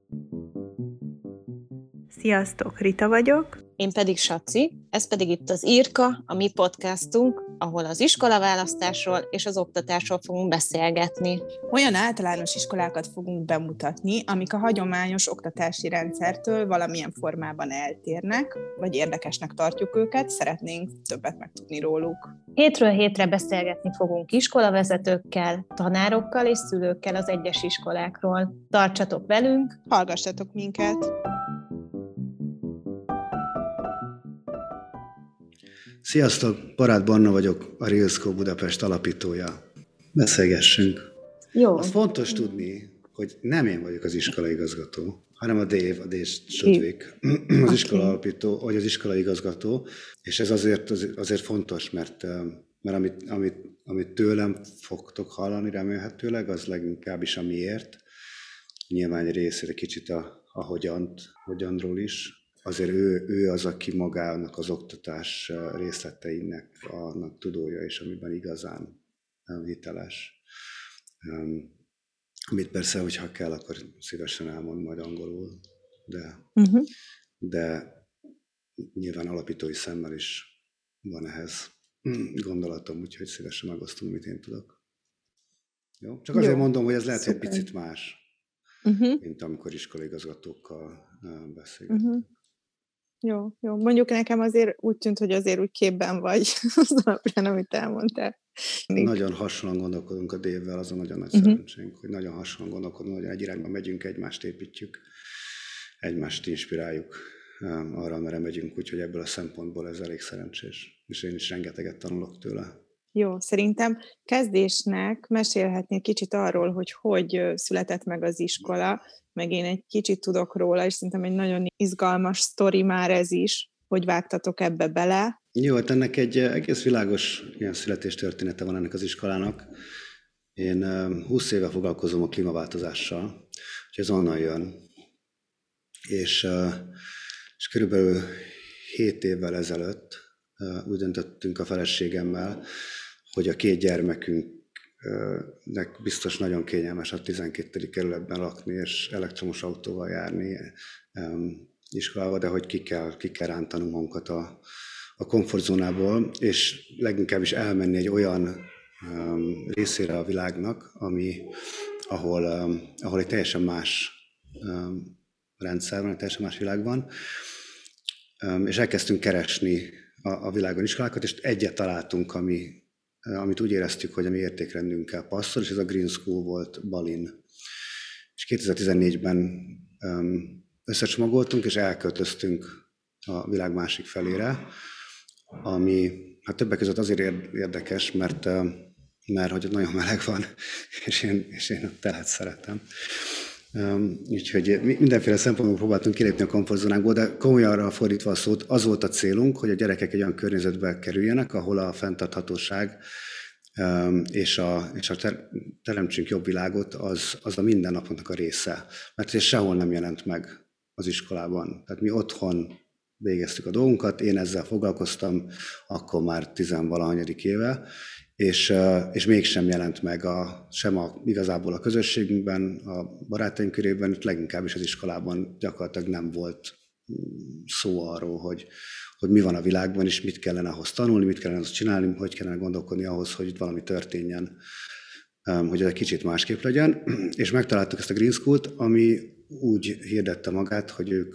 Sziasztok, Rita vagyok. Én pedig Saci, ez pedig itt az Irka, a mi podcastunk, ahol az iskolaválasztásról és az oktatásról fogunk beszélgetni. Olyan általános iskolákat fogunk bemutatni, amik a hagyományos oktatási rendszertől valamilyen formában eltérnek, vagy érdekesnek tartjuk őket, szeretnénk többet megtudni róluk. Hétről hétre beszélgetni fogunk iskolavezetőkkel, tanárokkal és szülőkkel az egyes iskolákról. Tartsatok velünk! Hallgassatok minket! Sziasztok, Barát Barna vagyok, a Rilszkó Budapest alapítója. Beszélgessünk. Jó. Azt fontos tudni, hogy nem én vagyok az iskolaigazgató, hanem a Dave Sudvik, az iskola alapító, vagy az iskolaigazgató, és ez azért fontos, mert amit tőlem fogtok hallani remélhetőleg, az leginkább is a miért. Nyilván egy részére kicsit a hogyanról is. Azért ő az, aki magának az oktatás részleteinek annak tudója, és amiben igazán hiteles. Amit persze, hogyha kell, akkor szívesen elmond majd angolul, de nyilván alapítói szemmel is van ehhez gondolatom, úgyhogy szívesen megosztom, amit én tudok. Jó? Csak azért mondom, hogy ez lehet, hogy egy picit más, mint amikor iskolaigazgatókkal beszélgetünk. Jó. Mondjuk nekem azért úgy tűnt, hogy azért úgy képben vagy az alapján, amit elmondtál. Nagyon hasonlóan gondolkodunk a Dave-vel, az a nagyon nagy szerencsénk, hogy nagyon hasonlóan gondolkodunk, hogy egy irányba megyünk, egymást építjük, egymást inspiráljuk, arra merre megyünk, úgyhogy ebből a szempontból ez elég szerencsés, és én is rengeteget tanulok tőle. Jó, szerintem kezdésnek mesélhetnél kicsit arról, hogy született meg az iskola, meg én egy kicsit tudok róla, és szerintem egy nagyon izgalmas sztori már ez is, hogy vágtatok ebbe bele. Jó, hát ennek egy egész világos ilyen születéstörténete van ennek az iskolának. Én 20 éve foglalkozom a klímaváltozással, úgyhogy ez onnan jön. És körülbelül 7 évvel ezelőtt úgy döntöttünk a feleségemmel, hogy a 2 gyermekünknek biztos nagyon kényelmes a 12. kerületben lakni, és elektromos autóval járni iskolába, de hogy ki kell rántanunk magunkat a komfortzónából, és leginkább is elmenni egy olyan részére a világnak, ahol egy teljesen más rendszer van, egy teljesen más világ van, és elkezdtünk keresni a világon iskolákat, és egyet találtunk, amit úgy éreztük, hogy a mi értékrendünkkel passzol, és ez a Green School volt Balin. És 2014-ben összecsomagoltunk, és elköltöztünk a világ másik felére, ami hát többek között azért érdekes, mert hogy ott nagyon meleg van, és én a telet szeretem. Úgyhogy mindenféle szempontból próbáltunk kilépni a komfortzónánkból, de komolyanra fordítva a szót, az volt a célunk, hogy a gyerekek egy olyan környezetbe kerüljenek, ahol a fenntarthatóság és a teremtsünk jobb világot, az a mindennapoknak a része. Mert ez sehol nem jelent meg az iskolában. Tehát mi otthon végeztük a dolgunkat, én ezzel foglalkoztam, akkor már 10-valahanyadik éve, és mégsem jelent meg igazából a közösségünkben, a barátaink körében, leginkább is az iskolában gyakorlatilag nem volt szó arról, hogy mi van a világban, és mit kellene ahhoz tanulni, mit kellene ahhoz csinálni, hogy kellene gondolkodni ahhoz, hogy itt valami történjen, hogy ez egy kicsit másképp legyen. És megtaláltuk ezt a Green School-t, ami úgy hirdette magát, hogy ők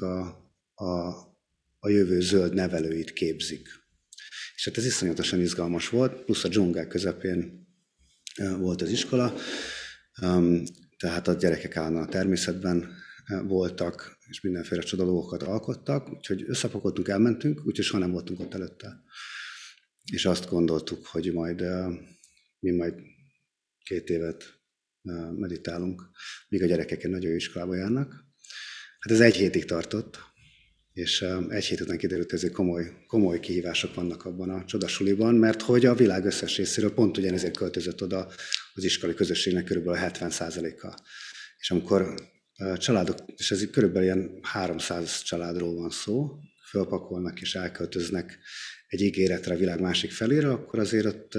a jövő zöld nevelőit képzik. És hát ez iszonyatosan izgalmas volt, plusz a dzsungel közepén volt az iskola, tehát a gyerekek állandóan a természetben voltak, és mindenféle csoda dolgokat alkottak, úgyhogy összepakoltunk, elmentünk, úgyhogy soha nem voltunk ott előtte. És azt gondoltuk, hogy mi majd 2 évet meditálunk, míg a gyerekek egy nagyon jó iskolába járnak. Hát ez 1 hétig tartott, és 1 hét után kiderült, hogy komoly kihívások vannak abban a csodasuliban, mert hogy a világ összes részéről pont ugyanezért költözött oda az iskolai közösségnek körülbelül 70%-a. És amikor családok, és ez körülbelül ilyen 300 családról van szó, fölpakolnak és elköltöznek egy ígéretre a világ másik felére, akkor azért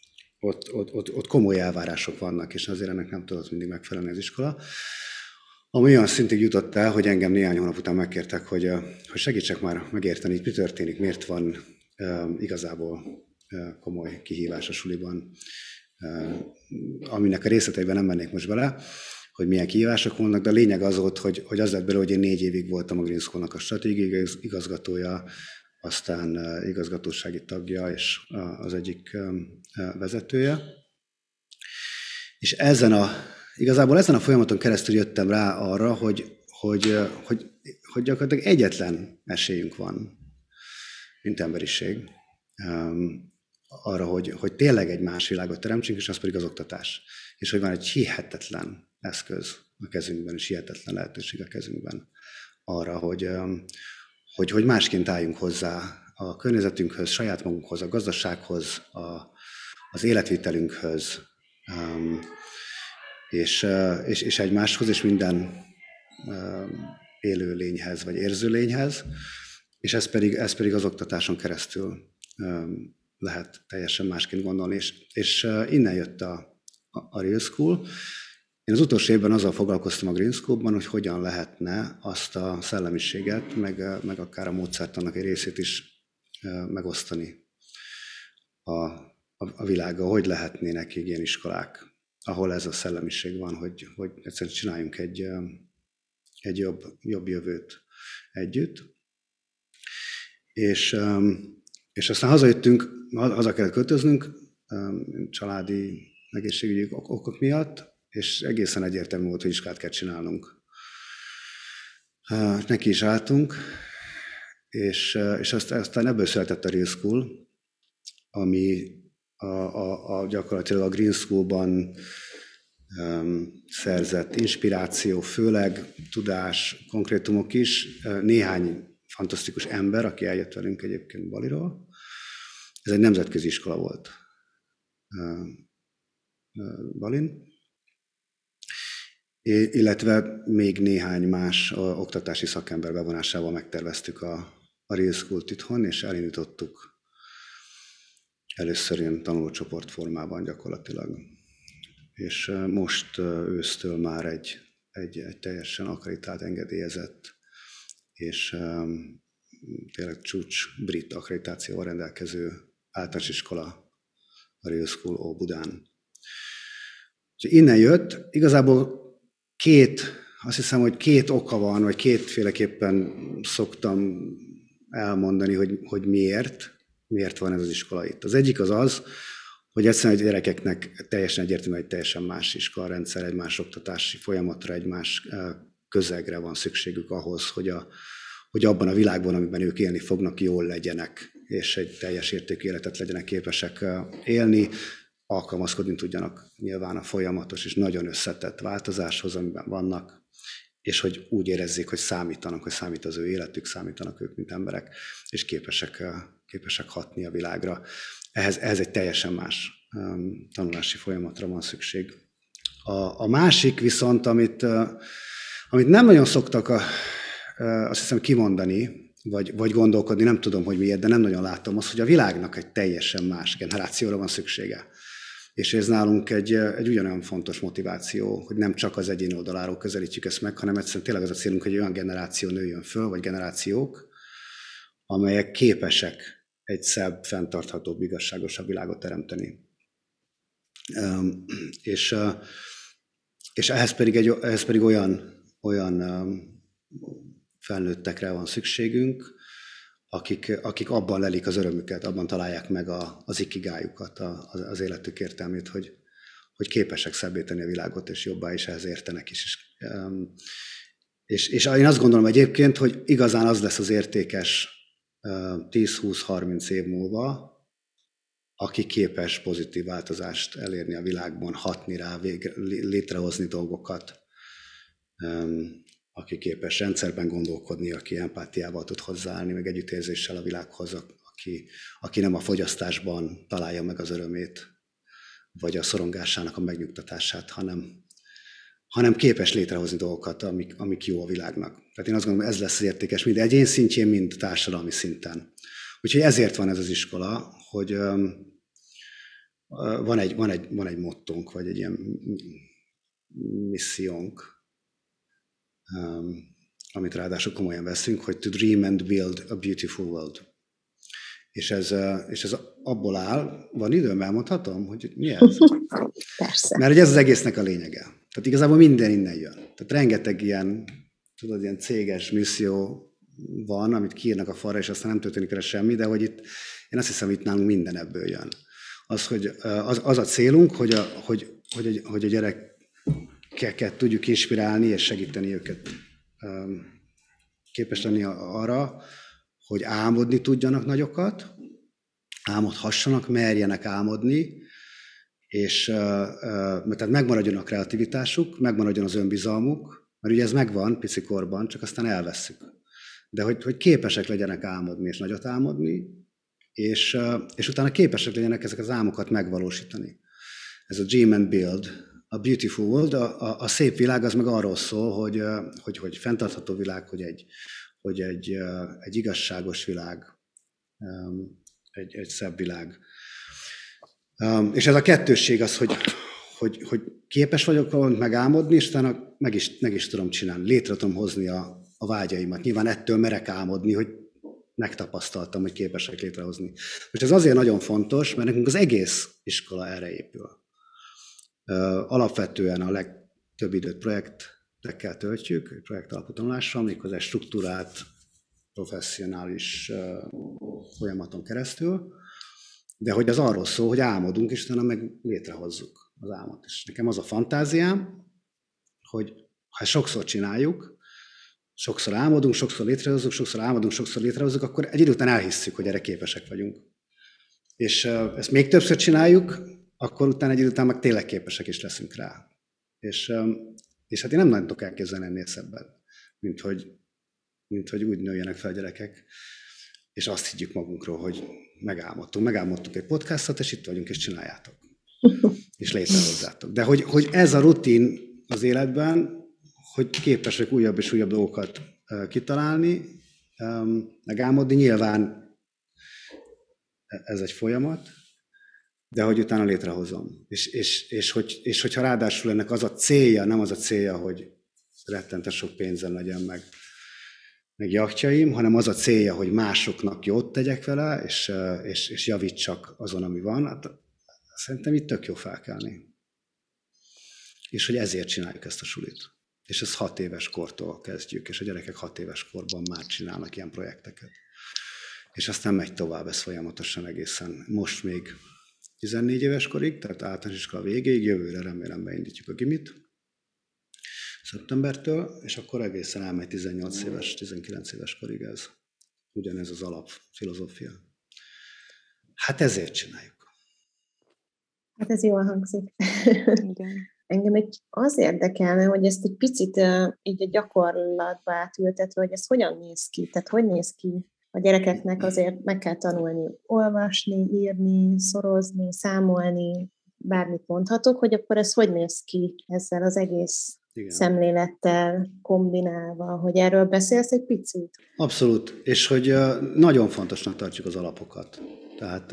ott komoly elvárások vannak, és azért ennek nem tudott mindig megfelelni az iskola. ami olyan szintig jutott el, hogy engem néhány hónap után megkértek, hogy segítsek már megérteni, hogy mi történik, miért van igazából komoly kihívás a suliban, aminek a részleteiben nem mennék most bele, hogy milyen kihívások vannak, de a lényeg az volt, hogy az lett belőle, hogy én 4 évig voltam a Green School-nak a stratégiai igazgatója, aztán igazgatósági tagja és az egyik vezetője. És igazából ezen a folyamaton keresztül jöttem rá arra, hogy gyakorlatilag egyetlen esélyünk van, mint emberiség, arra, hogy tényleg egy más világot teremtsünk, és az pedig az oktatás. És hogy van egy hihetetlen eszköz a kezünkben, és hihetetlen lehetőség a kezünkben arra, hogy másként álljunk hozzá a környezetünkhöz, saját magunkhoz, a gazdasághoz, az életvitelünkhöz, és egymáshoz, és minden élő lényhez, vagy érző lényhez, és ez pedig az oktatáson keresztül lehet teljesen másként gondolni, és innen jött a Real School. Én az utolsó évben azzal foglalkoztam a Green School-ban, hogy hogyan lehetne azt a szellemiséget, meg akár a módszertannak egy részét is megosztani a világgal, hogy lehetnének ilyen iskolák, ahol ez a szellemiség van, hogy egyszerűen csináljunk egy jobb jövőt együtt. És aztán hazajöttünk, haza kellett költöznünk, családi egészségügyi okok miatt, és egészen egyértelmű volt, hogy iskolát kell csinálnunk. Neki is álltunk, és aztán ebből született a Real School, ami gyakorlatilag a Green School-ban szerzett inspiráció, főleg tudás, konkrétumok is, néhány fantasztikus ember, aki eljött velünk egyébként Baliról. Ez egy nemzetközi iskola volt Balin, illetve még néhány más oktatási szakember bevonásával megterveztük a Real School-t itthon, és elindítottuk először ilyen tanulócsoport formában gyakorlatilag. És most ősztől már egy teljesen akkreditált, engedélyezett és tényleg csúcs brit akkreditációval rendelkező általános iskola, a Real School Óbudán. Innen jött, igazából azt hiszem, hogy 2 oka van, vagy 2-féleképpen szoktam elmondani, hogy miért van ez az iskola itt. Az egyik az, hogy egyszerűen a gyerekeknek teljesen egyértelműen egy teljesen más iskolarendszer, egy más oktatási folyamatra, egy más közegre van szükségük ahhoz, hogy abban a világban, amiben ők élni fognak, jól legyenek, és egy teljes értékű életet legyenek képesek élni, alkalmazkodni tudjanak nyilván a folyamatos és nagyon összetett változáshoz, amiben vannak, és hogy úgy érezzék, hogy számítanak, hogy számít az ő életük, számítanak ők, mint emberek, és képesek hatni a világra. Ehhez egy teljesen más tanulási folyamatra van szükség. A másik viszont, amit nem nagyon szoktak azt hiszem kimondani, vagy gondolkodni, nem tudom, hogy miért, de nem nagyon látom azt, hogy a világnak egy teljesen más generációra van szüksége. És ez nálunk egy ugyanolyan fontos motiváció, hogy nem csak az egyén oldaláról közelítjük ezt meg, hanem egyszerűen tényleg az a célunk, hogy egy olyan generáció nőjön föl, vagy generációk, amelyek képesek egy szebb, fenntarthatóbb, igazságosabb világot teremteni. És ehhez pedig olyan felnőttekre van szükségünk, akik abban lelik az örömüket, abban találják meg az ikigájukat, az életük értelmét, hogy képesek szebbé tenni a világot, és jobbá is ehhez értenek is. És én azt gondolom egyébként, hogy igazán az lesz az értékes 10-20-30 év múlva, aki képes pozitív változást elérni a világban, hatni rá, létrehozni dolgokat, aki képes rendszerben gondolkodni, aki empátiával tud hozzáállni, meg együttérzéssel a világhoz, aki nem a fogyasztásban találja meg az örömét, vagy a szorongásának a megnyugtatását, hanem képes létrehozni dolgokat, amik jó a világnak. Tehát én azt gondolom, ez lesz az értékes mind egyén szintjén, mind társadalmi szinten. Úgyhogy ezért van ez az iskola, hogy van egy mottónk, vagy egy ilyen missziónk, amit ráadásul komolyan veszünk, hogy to dream and build a beautiful world. És ez abból áll, van időm, elmondhatom, hogy mi ez? Persze. Mert ez az egésznek a lényege. Tehát igazából minden innen jön. Tehát rengeteg ilyen céges misszió van, amit kiírnak a falra, és aztán nem történik vele semmi, de hogy itt, én azt hiszem, itt nálunk minden ebből jön. Az a célunk, hogy a gyerekeket tudjuk inspirálni, és segíteni őket képes lenni arra, hogy álmodni tudjanak nagyokat, álmodhassanak, merjenek álmodni, és tehát megmaradjon a kreativitásuk, megmaradjon az önbizalmuk, mert ugye ez megvan picikorban, csak aztán elvesszük. De hogy képesek legyenek álmodni, és nagyot álmodni, és utána képesek legyenek ezek az álmokat megvalósítani. Ez a dream and build, a beautiful world, a szép világ az meg arról szól, hogy fenntartható világ, hogy egy igazságos világ, egy szebb világ. És ez a kettősség az, hogy képes vagyok valamit megálmodni, és utána meg is tudom csinálni, létre tudom hozni a vágyaimat. Nyilván ettől merek álmodni, hogy megtapasztaltam, hogy képesek létrehozni. Most ez azért nagyon fontos, mert nekünk az egész iskola erre épül. Alapvetően a legtöbb időt projektekkel töltjük, projekt alapú tanulással, méghozzá struktúrált, professzionális folyamaton keresztül, de hogy az arról szól, hogy álmodunk, és utána meg létrehozzuk az álmot. És nekem az a fantáziám, hogy ha sokszor csináljuk, sokszor álmodunk, sokszor létrehozzuk, sokszor álmodunk, sokszor létrehozzuk, akkor egy idő után elhisszük, hogy erre képesek vagyunk. És ezt még többször csináljuk, akkor utána egy idő után meg tényleg képesek is leszünk rá. És hát én nem nagyon tudok elképzelni ennél szebben, mint hogy úgy nőjenek fel gyerekek, és azt higgyük magunkról, hogy megálmodtunk egy podcastot, és itt vagyunk, és csináljátok. És létrehozzátok. De hogy ez a rutin az életben, hogy képesek újabb és újabb dolgokat kitalálni, megálmodni, nyilván ez egy folyamat, de hogy utána létrehozom. És hogyha ráadásul ennek az a célja, nem az a célja, hogy rettentes sok pénzem legyen meg jachtjaim, hanem az a célja, hogy másoknak jót tegyek vele, és javítsak azon, ami van. Hát, szerintem itt tök jó felkelni. És hogy ezért csináljuk ezt a sulit. És ezt 6 éves kortól kezdjük, és a gyerekek 6 éves korban már csinálnak ilyen projekteket. És aztán megy tovább ez folyamatosan egészen. Most még 14 éves korig, tehát általános iskola végéig, jövőre remélem beindítjuk a gimit, szeptembertől, és akkor egészen elmegy 18 éves, 19 éves korig ez. Ugyanez az alapfilozófia. Hát ezért csináljuk. Hát ez jól hangzik. Igen. Engem az érdekelne, hogy ezt egy picit így a gyakorlatba átültetve, hogy ez hogyan néz ki. Tehát hogy néz ki a gyerekeknek, azért meg kell tanulni olvasni, írni, szorozni, számolni, bármit mondhatok, hogy akkor ez hogy néz ki ezzel az egész szemlélettel kombinálva, hogy erről beszélsz egy picit? Abszolút, és hogy nagyon fontosnak tartjuk az alapokat. Tehát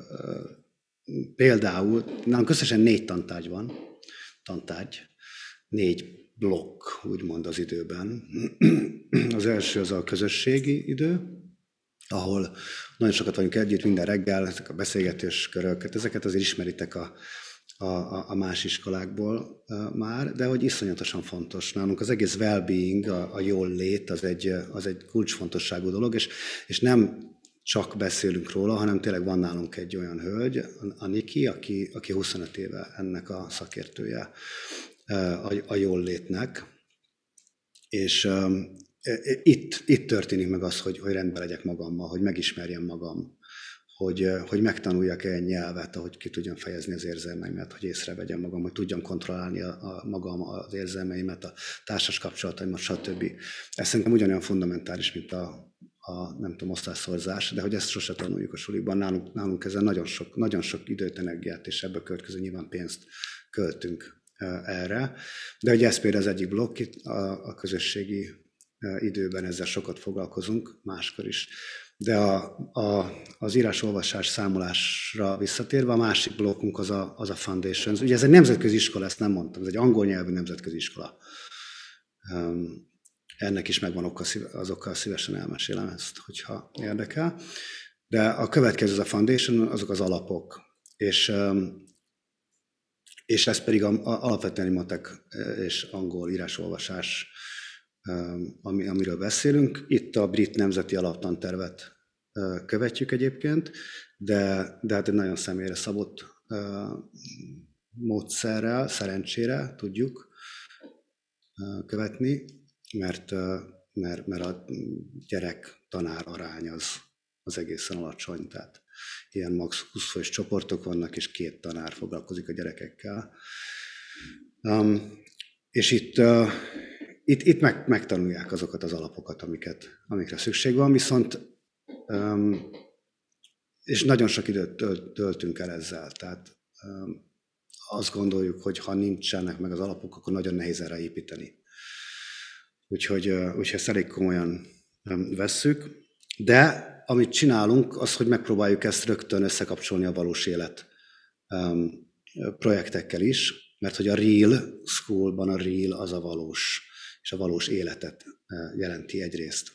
például nálunk összesen 4 tantárgy, 4 blokk, úgymond az időben. Az első az a közösségi idő, ahol nagyon sokat vagyunk együtt minden reggel, ezek a beszélgetős körök, ezeket azért ismeritek a más iskolákból már, de hogy iszonyatosan fontos. Nálunk az egész well-being, a jól lét, az egy kulcsfontosságú dolog, és nem csak beszélünk róla, hanem tényleg van nálunk egy olyan hölgy, a Niki, aki 25 éve ennek a szakértője a jól létnek, és itt történik meg az, hogy rendben legyek magammal, hogy megismerjem magam, hogy megtanuljak egy nyelvet, ahogy ki tudjam fejezni az érzelmeimet, hogy észrevegyem magam, hogy tudjam kontrollálni magam, az érzelmeimet, a társas kapcsolataimat, stb. Ez szerintem ugyanolyan fundamentális, mint a nem tudom, osztályszorzás, de hogy ezt sose tanuljuk a suliban. Nálunk ezzel nagyon sok időt, energiát, és ebből következő nyilván pénzt költünk erre. De hogy ez például az egyik blokk, a közösségi időben ezzel sokat foglalkozunk, máskor is. De az írás-olvasás számolásra visszatérve, a másik blokkunk az a Foundations. Ugye ez egy nemzetközi iskola, ezt nem mondtam, ez egy angol nyelvű nemzetközi iskola. ennek is megvan oka, azokkal szívesen elmesélem ezt, hogyha érdekel. De a következő az a foundation, azok az alapok, és ez pedig alapvetően matek és angol írásolvasás, amiről beszélünk. Itt a brit nemzeti alaptantervet követjük egyébként, de hát egy nagyon személyre szabott módszerrel, szerencsére tudjuk követni, mert a gyerek-tanár arány az egészen alacsony, tehát ilyen max. 20 fős csoportok vannak, és 2 tanár foglalkozik a gyerekekkel. És itt megtanulják azokat az alapokat, amikre szükség van, viszont és nagyon sok időt töltünk el ezzel, tehát azt gondoljuk, hogy ha nincsenek meg az alapok, akkor nagyon nehéz erre építeni. Úgyhogy ezt elég komolyan vesszük, de amit csinálunk, az, hogy megpróbáljuk ezt rögtön összekapcsolni a valós élet projektekkel is, mert hogy a Real School-ban a Real az a valós, és a valós életet jelenti egyrészt.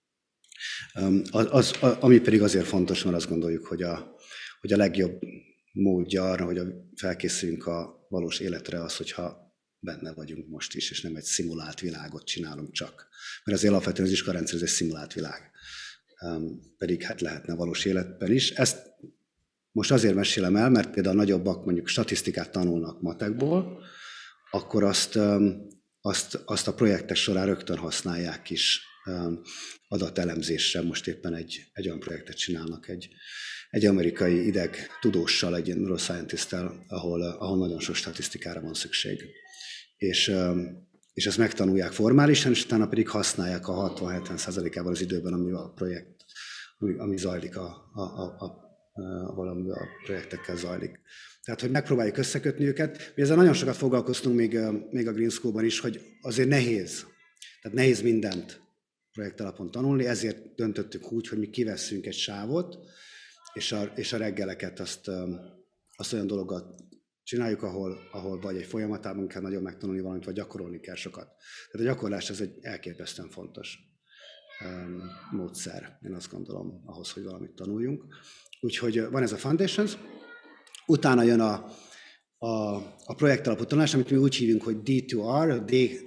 Ami pedig azért fontos, mert azt gondoljuk, hogy a legjobb módja arra, hogy felkészüljünk a valós életre az, hogyha benne vagyunk most is, és nem egy szimulált világot csinálunk csak. Mert azért alapvetően az iskolarendszer egy szimulált világ. Pedig hát lehetne valós életben is. Ezt most azért mesélem el, mert például a nagyobbak mondjuk statisztikát tanulnak matekból, akkor azt a projektek során rögtön használják is adatelemzésre. Most éppen egy olyan projektet csinálnak egy amerikai idegtudóssal, egy neuroscientist-tel, ahol nagyon sok statisztikára van szükség. És ezt megtanulják formálisan, és utána pedig használják a 60-70%-ával az időben, ami a projekt, ami zajlik, valami a projektekkel zajlik. Tehát, hogy megpróbáljuk összekötni őket. Mi ezzel nagyon sokat foglalkoztunk még a Green School-ban is, hogy azért nehéz. Tehát nehéz mindent projekt alapon tanulni, ezért döntöttük úgy, hogy mi kivesszünk egy sávot, és a reggeleket azt olyan dologgal csináljuk, ahol vagy egy folyamatában kell nagyon megtanulni valamit, vagy gyakorolni kell sokat. Tehát a gyakorlás ez egy elképesztően fontos módszer, én azt gondolom, ahhoz, hogy valamit tanuljunk. Úgyhogy van ez a Foundations, utána jön a projekt alapú tanulás, amit mi úgy hívunk, hogy D2R,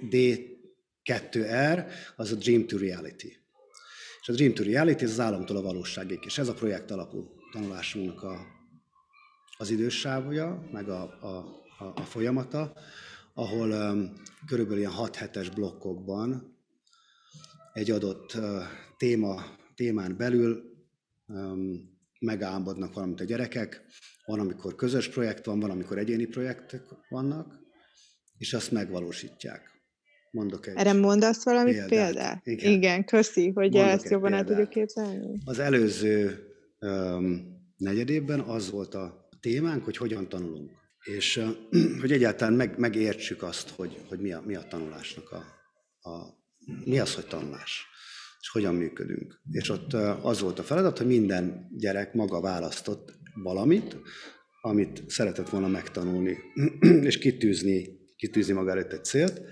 D2R, az a Dream to Reality. És a Dream to Reality, ez az álomtól a valóságig, és ez a projekt alapú tanulásunknak az idősávja, meg a folyamata, ahol körülbelül ilyen 6 hetes blokkokban egy adott témán belül megálmodnak valamit a gyerekek, van, amikor közös projekt van, amikor egyéni projektek vannak, és azt megvalósítják. Mondok egy Erre mondasz valami példát? Igen, köszi, hogy ezt jobban el tudjuk képzelni. Az előző negyedében az volt a témánk, hogy hogyan tanulunk. És hogy egyáltalán megértsük azt, hogy mi a tanulásnak mi az, hogy tanulás, és hogyan működünk. És ott az volt a feladat, hogy minden gyerek maga választott valamit, amit szeretett volna megtanulni, és kitűzni maga előtt egy célt,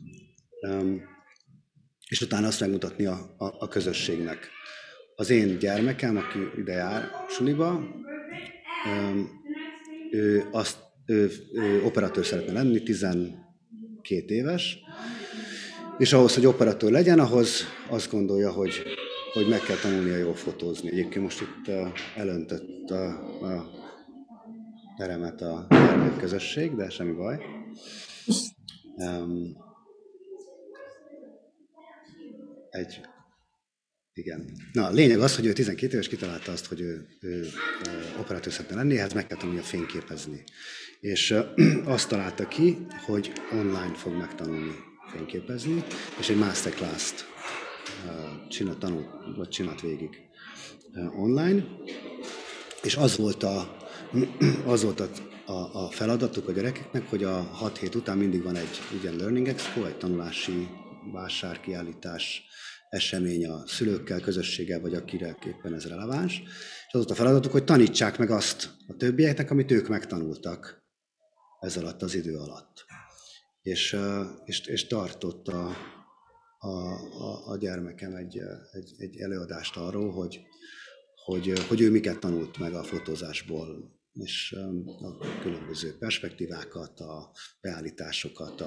és utána azt megmutatni a közösségnek. Az én gyermekem, aki ide jár suliba, ő operatőr szeretne lenni, 12 éves, és ahhoz, hogy operatőr legyen, ahhoz azt gondolja, hogy meg kell tanulnia jól fotózni. Egyébként most itt elöntött a teremet a gyermekközösség, de semmi baj. Igen. Na, a lényeg az, hogy ő 12 éves kitalálta azt, hogy ő operatőr szeretne lenni, ehhez meg kell tanulnia fényképezni. És azt találta ki, hogy online fog megtanulni fényképezni, és egy masterclass-t csinált végig online, és az volt a feladatuk a gyerekeknek, hogy a 6 hét után mindig van egy ilyen Learning Expo, egy tanulási vásárkiállítás, esemény a szülőkkel, közösséggel, vagy akire éppen ez releváns. És az volt a feladatuk, hogy tanítsák meg azt a többieknek, amit ők megtanultak ez alatt az idő alatt. És tartott a gyermekem egy előadást arról, hogy ő miket tanult meg a fotózásból, és a különböző perspektívákat, a beállításokat,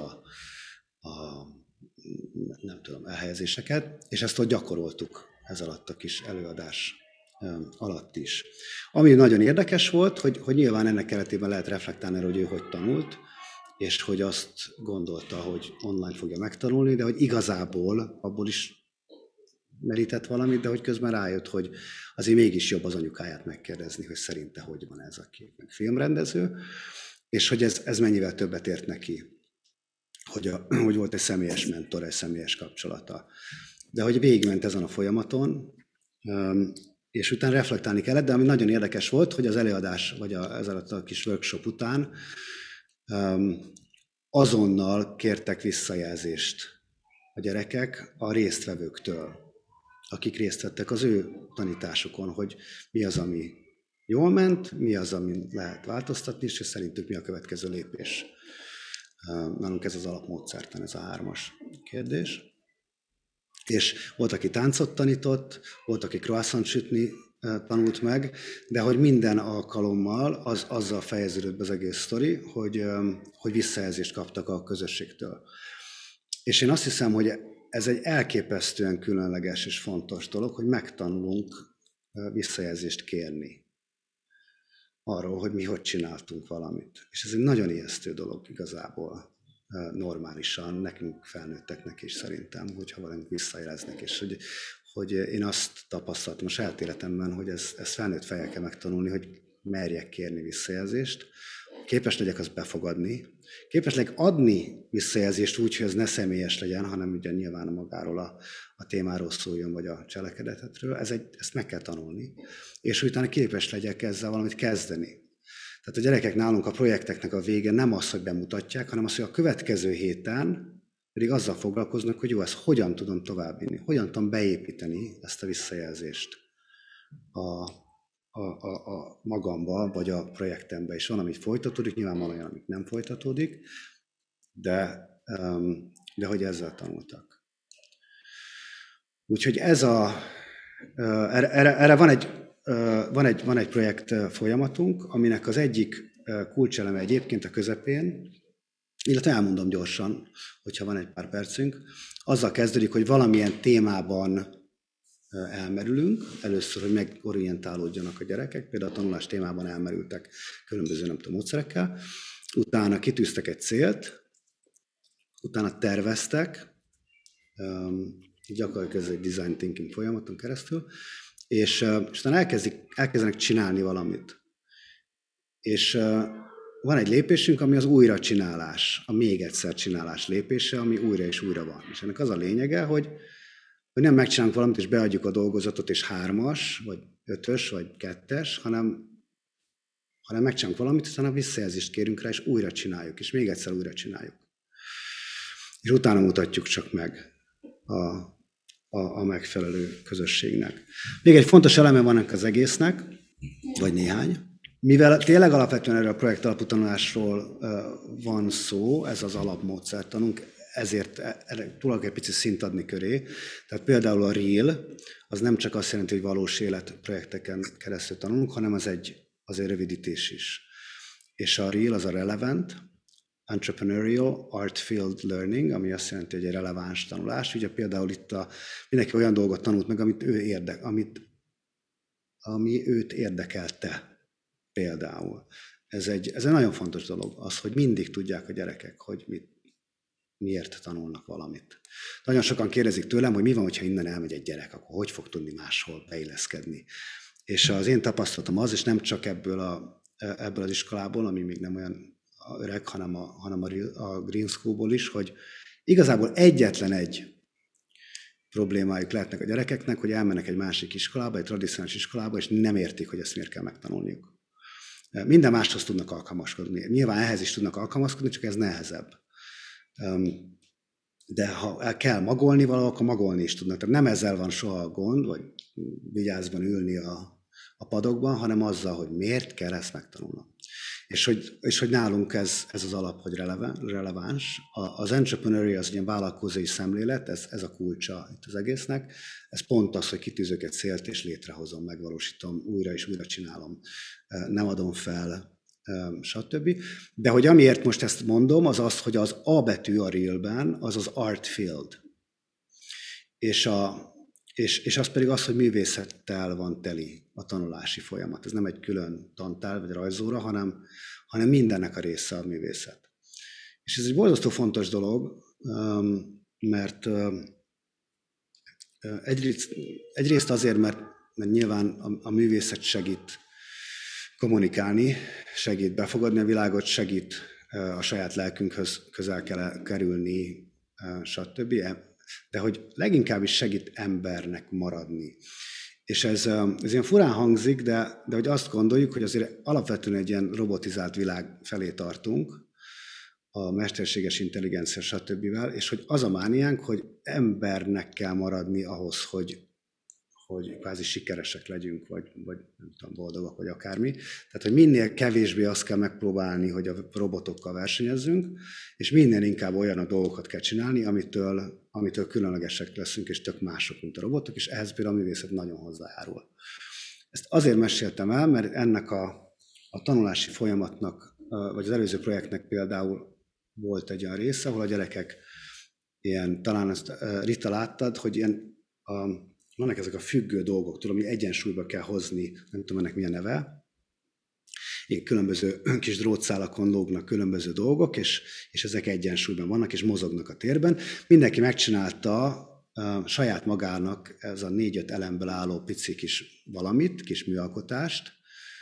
nem tudom, elhelyezéseket, és ezt ott gyakoroltuk ez alatt a kis előadás alatt is. Ami nagyon érdekes volt, hogy nyilván ennek keretében lehet reflektálni, hogy ő hogy tanult, és hogy azt gondolta, hogy online fogja megtanulni, de hogy igazából abból is merített valamit, de hogy közben rájött, hogy azért mégis jobb az anyukáját megkérdezni, hogy szerinte hogy van ez a kép, meg filmrendező, és hogy ez mennyivel többet ért neki, hogy volt egy személyes mentor, egy személyes kapcsolata. De hogy végigment ezen a folyamaton, és utána reflektálni kellett, de ami nagyon érdekes volt, hogy az előadás, vagy ez alatt a kis workshop után azonnal kértek visszajelzést a gyerekek a résztvevőktől, akik részt vettek az ő tanításukon, hogy mi az, ami jól ment, mi az, ami lehet változtatni, és szerintük mi a következő lépés. Nálunk ez az alapmódszertan, ez a 3-as kérdés. És volt, aki táncot tanított, volt, aki croissant sütni tanult meg, de hogy minden alkalommal azzal fejeződött be az egész sztori, hogy visszajelzést kaptak a közösségtől. És én azt hiszem, hogy ez egy elképesztően különleges és fontos dolog, hogy megtanulunk visszajelzést kérni arról, hogy mi hogy csináltunk valamit. És ez egy nagyon ijesztő dolog igazából normálisan, nekünk felnőtteknek is szerintem, hogyha valamit visszajeleznek, és hogy én azt tapasztaltam a saját életemben, hogy ezt felnőtt fejjel kell megtanulni, hogy merjek kérni visszajelzést, képes legyek azt befogadni, képes legyek adni visszajelzést úgy, hogy ez ne személyes legyen, hanem ugye nyilván magáról a témáról szóljon, vagy a cselekedetről, ezt meg kell tanulni, és utána képes legyek ezzel valamit kezdeni. Tehát a gyerekek nálunk a projekteknek a vége nem az, hogy bemutatják, hanem az, hogy a következő héten pedig azzal foglalkoznak, hogy jó, ezt hogyan tudom továbbvinni, hogyan tudom beépíteni ezt a visszajelzést a magamba, vagy a projektembe. És van, amit folytatódik, nyilván van olyan, amit nem folytatódik, de hogy ezzel tanultak. Úgyhogy erre van egy projekt folyamatunk, aminek az egyik kulcseleme egyébként a közepén, illetve elmondom gyorsan, hogyha van egy pár percünk, azzal kezdődik, hogy valamilyen témában elmerülünk, először, hogy megorientálódjanak a gyerekek, például a tanulás témában elmerültek különböző, módszerekkel, utána kitűztek egy célt, utána terveztek, gyakorlatilag ez egy design thinking folyamaton keresztül, és utána elkezdenek csinálni valamit. És van egy lépésünk, ami az újracsinálás, a még egyszer csinálás lépése, ami újra és újra van. És ennek az a lényege, hogy nem megcsinálunk valamit, és beadjuk a dolgozatot, és 3-as, vagy 5-ös, vagy 2-es, hanem megcsinálunk valamit, utána visszajelzést kérünk rá, és újra csináljuk, és még egyszer újra csináljuk. És utána mutatjuk csak meg a megfelelő közösségnek. Még egy fontos eleme van ennek az egésznek, vagy néhány. Mivel tényleg alapvetően erről a projekt alapú tanulásról van szó, ez az alapmódszertanunk, ezért tudok egy picit szint adni köré. Tehát például a REAL, az nem csak azt jelenti, hogy valós életprojekteken keresztül tanulunk, hanem az egy rövidítés is. És a REAL az a Relevant, Entrepreneurial Art Field Learning, ami azt jelenti, hogy egy releváns tanulás. Ugye például itt mindenki olyan dolgot tanult meg, ami őt érdekelte. Például. Ez egy nagyon fontos dolog, az, hogy mindig tudják a gyerekek, hogy miért tanulnak valamit. Nagyon sokan kérdezik tőlem, hogy mi van, hogyha innen elmegy egy gyerek, akkor hogy fog tudni máshol beilleszkedni. És az én tapasztalatom az, és nem csak ebből az iskolából, ami még nem olyan öreg, hanem a Green Schoolból is, hogy igazából egyetlen egy problémájuk lehetnek a gyerekeknek, hogy elmennek egy másik iskolába, egy tradicionális iskolába, és nem értik, hogy ezt miért kell megtanulniuk. Minden máshoz tudnak alkalmazkodni. Nyilván ehhez is tudnak alkalmazkodni, csak ez nehezebb. De ha el kell magolni valahol, akkor magolni is tudnak. Tehát nem ezzel van soha a gond, vagy vigyázban ülni a padokban, hanem azzal, hogy miért kell ezt megtanulnom. és hogy nálunk ez az alap, hogy releváns. Az entrepreneurial, az ilyen vállalkozói szemlélet, ez a kulcsa itt az egésznek. Ez pont az, hogy kitűzök egy célt, és létrehozom, megvalósítom, újra és újra csinálom, nem adom fel, stb. De hogy amiért most ezt mondom, az az, hogy az A betű a Real-ben, az az art field. És az pedig az, hogy művészettel van teli a tanulási folyamat. Ez nem egy külön tantárgy vagy rajzóra, hanem mindennek a része a művészet. És ez egy borzasztó fontos dolog, mert egyrészt azért, mert nyilván a művészet segít kommunikálni, segít befogadni a világot, segít a saját lelkünkhöz közel kerülni, stb. De hogy leginkább is segít embernek maradni. És ez ilyen furán hangzik, de hogy azt gondoljuk, hogy azért alapvetően egy ilyen robotizált világ felé tartunk, a mesterséges intelligencia, stb. És hogy az a mániánk, hogy embernek kell maradni ahhoz, hogy kvázi sikeresek legyünk, vagy nem tudom, boldogak, vagy akármi. Tehát, hogy minél kevésbé azt kell megpróbálni, hogy a robotokkal versenyezzünk, és minél inkább olyan a dolgokat kell csinálni, amitől különlegesek leszünk, és tök mások, mint a robotok, és ehhez például a művészet nagyon hozzájárul. Ezt azért meséltem el, mert ennek a tanulási folyamatnak, vagy az előző projektnek például volt egy olyan része, ahol a gyerekek ilyen, talán ezt Rita láttad, hogy ilyen vannak ezek a függő dolgok, tudom, hogy egyensúlyba kell hozni, nem tudom ennek milyen neve, ilyen különböző kis drótszálakon lógnak különböző dolgok, és ezek egyensúlyban vannak, és mozognak a térben. Mindenki megcsinálta saját magának ez a 4-5 elemből álló pici kis valamit, kis műalkotást,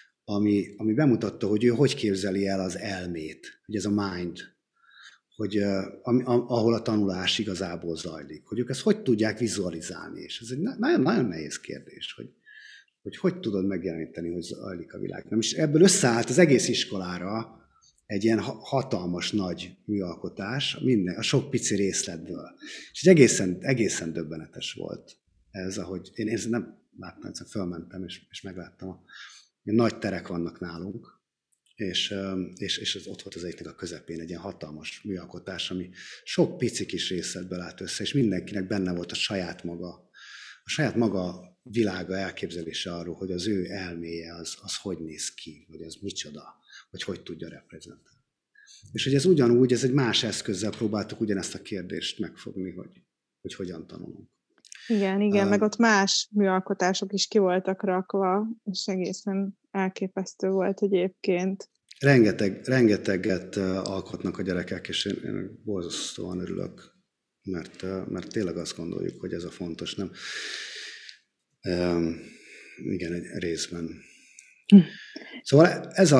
ami bemutatta, hogy ő hogy képzeli el az elmét, hogy ez a mind, hogy ahol a tanulás igazából zajlik, hogy ők ezt hogy tudják vizualizálni, és ez egy nagyon nehéz kérdés, hogy tudod megjeleníteni, hogy zajlik a világ. És ebből összeállt az egész iskolára egy ilyen hatalmas nagy műalkotás, a sok pici részletből. És egészen döbbenetes volt ez, ahogy én nem láttam, egyszer fölmentem, és megláttam, hogy nagy terek vannak nálunk, és ott volt az egyiknek a közepén egy ilyen hatalmas műalkotás, ami sok pici kis részletből állt össze, és mindenkinek benne volt a saját maga világa, elképzelése arról, hogy az ő elméje az hogy néz ki, vagy az micsoda, vagy hogy tudja reprezentálni. És hogy ez ugyanúgy, ez egy más eszközzel próbáltuk ugyanezt a kérdést megfogni, hogy hogyan tanulunk. Igen, meg ott más műalkotások is ki voltak rakva, és egészen elképesztő volt egyébként. Rengeteget alkotnak a gyerekek, és én borzasztóan örülök, mert tényleg azt gondoljuk, hogy ez a fontos, nem? Igen, egy részben. Szóval ez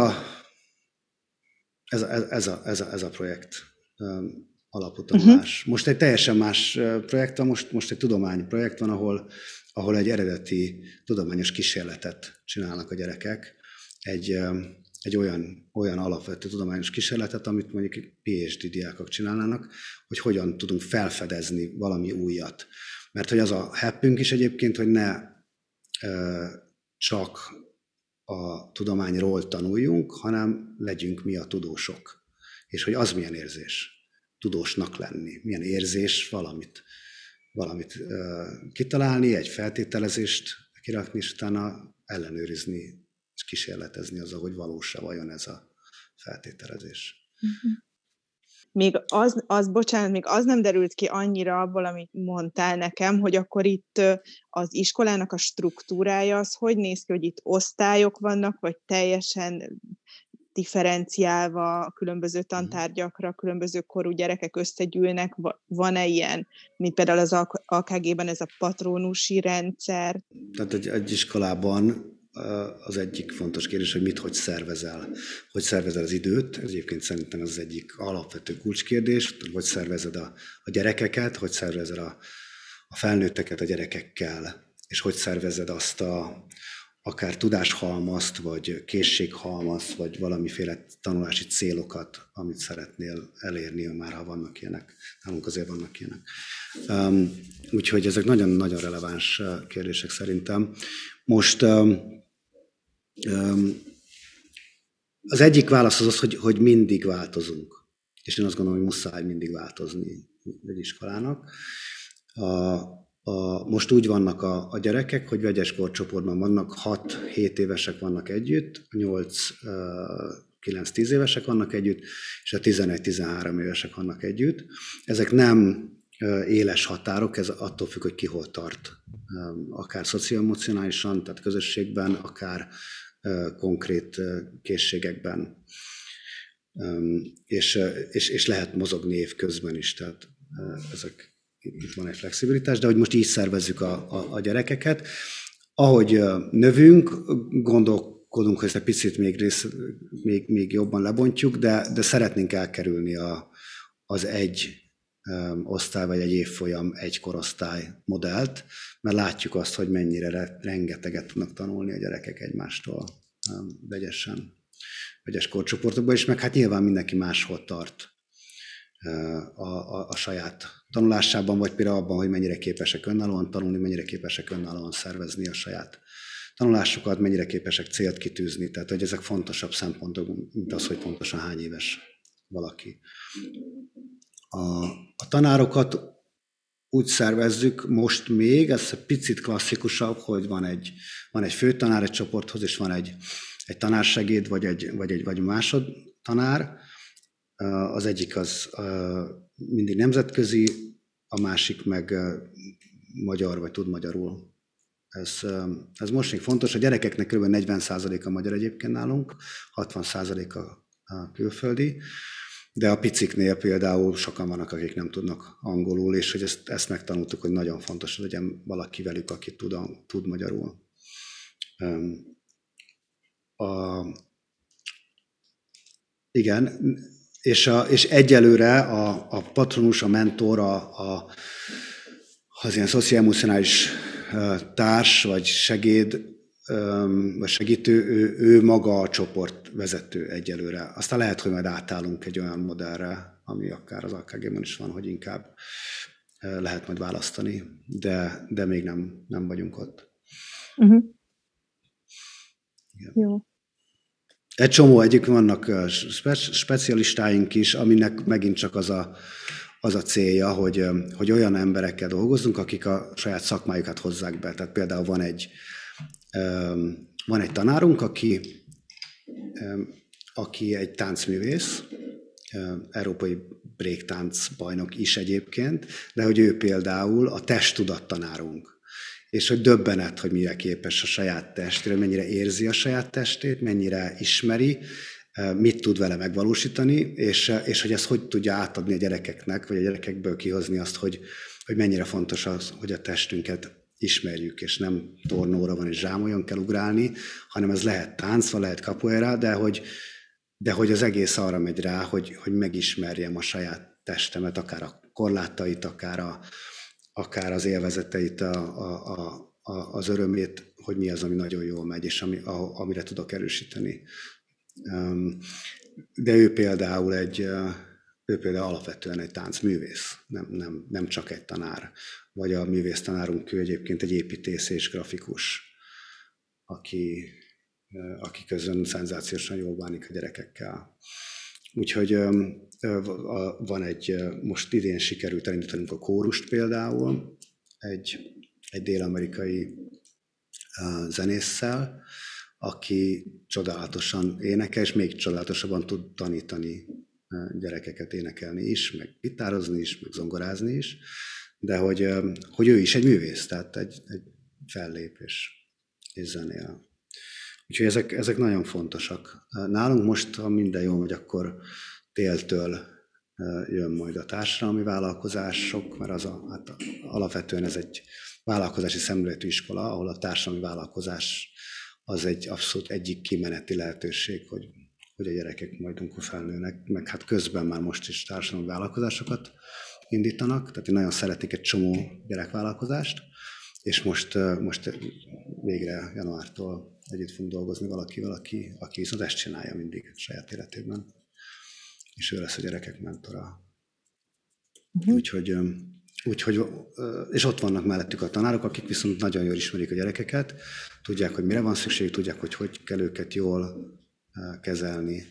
a projekt, alapú tanulás. Most egy teljesen más projekt van, most egy tudományprojekt van, ahol egy eredeti tudományos kísérletet csinálnak a gyerekek, egy olyan alapvető tudományos kísérletet, amit mondjuk PhD diákok csinálnának, hogy hogyan tudunk felfedezni valami újat. Mert hogy az a happünk is egyébként, hogy ne csak a tudományról tanuljunk, hanem legyünk mi a tudósok. És hogy az milyen érzés tudósnak lenni, milyen érzés valamit kitalálni, egy feltételezést kirakni, és utána ellenőrizni, és kísérletezni azzal, hogy valós-e vajon ez a feltételezés. Még az nem derült ki annyira abból, amit mondtál nekem, hogy akkor itt az iskolának a struktúrája az hogy néz ki, hogy itt osztályok vannak, vagy teljesen differenciálva a különböző tantárgyakra, különböző korú gyerekek összegyűlnek, van-e ilyen, mint például az AKG-ben ez a patronusi rendszer? Tehát egy iskolában az egyik fontos kérdés, hogy hogy szervezel. Hogy szervezel az időt, ez egyébként szerintem az egyik alapvető kulcskérdés, hogy szervezed a gyerekeket, hogy szervezed a felnőtteket a gyerekekkel, és hogy szervezed azt akár tudáshalmazt, vagy készséghalmazt, vagy valamiféle tanulási célokat, amit szeretnél elérni, már ha vannak ilyenek. Nálunk azért vannak ilyenek. Úgyhogy ezek nagyon-nagyon releváns kérdések szerintem. Most az egyik válasz az, hogy mindig változunk. És én azt gondolom, hogy muszáj mindig változni egy iskolának. Most úgy vannak a gyerekek, hogy vegyes korcsoportban vannak, 6-7 évesek vannak együtt, 8-9-10 évesek vannak együtt, és a 11-13 évesek vannak együtt. Ezek nem éles határok, ez attól függ, hogy ki hol tart. Akár szocioemocionálisan, tehát közösségben, akár konkrét készségekben. És lehet mozogni év közben is, tehát itt van egy flexibilitás, de hogy most így szervezzük a gyerekeket. Ahogy növünk, gondolkodunk, hogy ezt egy picit még jobban lebontjuk, de szeretnénk elkerülni az egy osztály vagy egy évfolyam, egy korosztály modellt, mert látjuk azt, hogy mennyire rengeteget tudnak tanulni a gyerekek egymástól vegyes korcsoportokban is, meg hát nyilván mindenki máshol tart a saját tanulásában, vagy például abban, hogy mennyire képesek önállóan tanulni, mennyire képesek önállóan szervezni a saját tanulásukat, mennyire képesek célt kitűzni. Tehát, hogy ezek fontosabb szempontok, mint az, hogy pontosan hány éves valaki. A tanárokat úgy szervezzük most még, ez egy picit klasszikusabb, hogy van egy főtanár egy csoporthoz, és van egy tanársegéd, vagy másodtanár. Az egyik az mindig nemzetközi, a másik meg magyar, vagy tud magyarul. Ez most még fontos. A gyerekeknek kb. 40% a magyar egyébként nálunk, 60% a külföldi, de a piciknél például sokan vannak, akik nem tudnak angolul, és hogy ezt megtanultuk, hogy nagyon fontos, hogy legyen valaki velük, aki tud magyarul. Igen, és egyelőre a patronus, a mentor, az ilyen szocioemocionális társ, vagy segéd, vagy segítő, ő maga a csoportvezető egyelőre. Aztán lehet, hogy majd átállunk egy olyan modellre, ami akár az AKG-ban is van, hogy inkább lehet majd választani, de még nem vagyunk ott. Uh-huh. Jó. Egy csomó egyik vannak specialistáink is, aminek megint csak az a célja, hogy olyan emberekkel dolgozzunk, akik a saját szakmájukat hozzák be. Tehát például van egy tanárunk, aki egy táncművész, európai breaktánc bajnok is egyébként, de hogy ő például a testtudat tanárunk. És hogy döbbenet, hogy mire képes a saját testére, mennyire érzi a saját testét, mennyire ismeri, mit tud vele megvalósítani, és hogy ezt hogy tudja átadni a gyerekeknek, vagy a gyerekekből kihozni azt, hogy mennyire fontos az, hogy a testünket ismerjük, és nem tornóra van és zsámolyon kell ugrálni, hanem ez lehet tánc, vagy lehet capoeira, de hogy az egész arra megy rá, hogy megismerjem a saját testemet, akár a korlátait, akár az élvezeteit, az örömét, hogy mi az, ami nagyon jól megy, és amire tudok erősíteni. De ő például alapvetően egy táncművész, nem csak egy tanár. Vagy a művész tanárunk, ő egyébként egy építész és grafikus, aki közben szenzációsan jól bánik a gyerekekkel. Úgyhogy most idén sikerült elindítanunk a kórust például, egy dél-amerikai zenésszel, aki csodálatosan énekel, és még csodálatosabban tud tanítani gyerekeket énekelni is, meg gitározni is, meg zongorázni is, de hogy ő is egy művész, tehát egy fellép és zenél. Úgyhogy ezek nagyon fontosak. Nálunk most, ha minden jól megy, akkor téltől jön majd a társadalmi vállalkozások, mert alapvetően ez egy vállalkozási szemléletű iskola, ahol a társadalmi vállalkozás az egy abszolút egyik kimeneti lehetőség, hogy a gyerekek majd amikor felnőnek, meg hát közben már most is társadalmi vállalkozásokat indítanak, tehát én nagyon szeretnék egy csomó gyerekvállalkozást, és most végre januártól együtt fogunk dolgozni valakivel, aki viszont ezt csinálja mindig a saját életében, és ő lesz a gyerekek mentora. Uh-huh. Úgyhogy, és ott vannak mellettük a tanárok, akik viszont nagyon jól ismerik a gyerekeket, tudják, hogy mire van szükség, tudják, hogy kell őket jól kezelni,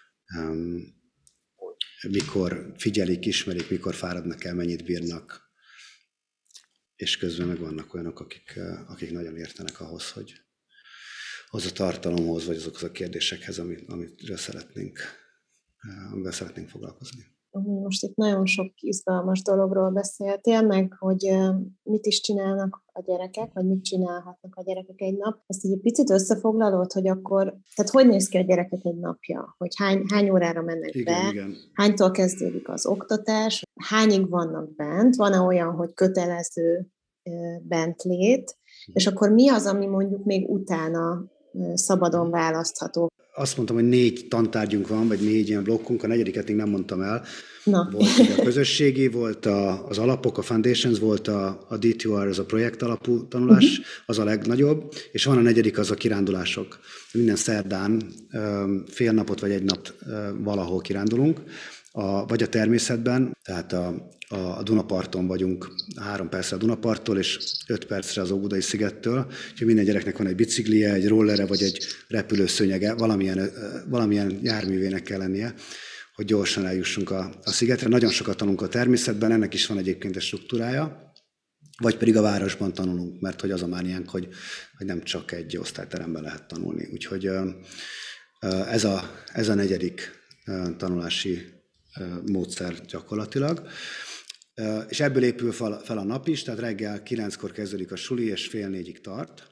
mikor figyelik, ismerik, mikor fáradnak el, mennyit bírnak, és közben meg vannak olyanok, akik nagyon értenek ahhoz, hogy az a tartalomhoz, vagy azokhoz a kérdésekhez, amivel szeretnénk foglalkozni. Most itt nagyon sok izgalmas dologról beszéltél, meg hogy mit is csinálnak a gyerekek, vagy mit csinálhatnak a gyerekek egy nap. Ezt egy picit összefoglalod, hogy akkor, tehát hogy néz ki a gyerekek egy napja? Hogy hány órára mennek be? Igen. Hánytól kezdődik az oktatás? Hányig vannak bent? Van-e olyan, hogy kötelező bentlét? És akkor mi az, ami mondjuk még utána szabadon választható? Azt mondtam, hogy 4 tantárgyunk van, vagy 4 ilyen blokkunk, a 4. még nem mondtam el. Na. Volt a közösségi, volt az alapok, a foundations, volt a D2R, az a projekt alapú tanulás, az a legnagyobb, és van a 4. az a kirándulások. Minden szerdán fél napot vagy egy nap valahol kirándulunk, vagy a természetben, tehát a Dunaparton vagyunk, 3 percre a Dunaparttól, és 5 percre az Óbudai szigettől, úgyhogy minden gyereknek van egy biciklije, egy rollere, vagy egy repülőszőnyege, valamilyen járművének kell lennie, hogy gyorsan eljussunk a szigetre. Nagyon sokat tanulunk a természetben, ennek is van egyébként egy struktúrája, vagy pedig a városban tanulunk, mert hogy az a mániánk, hogy nem csak egy osztályteremben lehet tanulni. Úgyhogy ez a 4. tanulási módszer gyakorlatilag. És ebből épül fel a nap is, tehát reggel 9-kor kezdődik a suli, és fél 4-ig tart.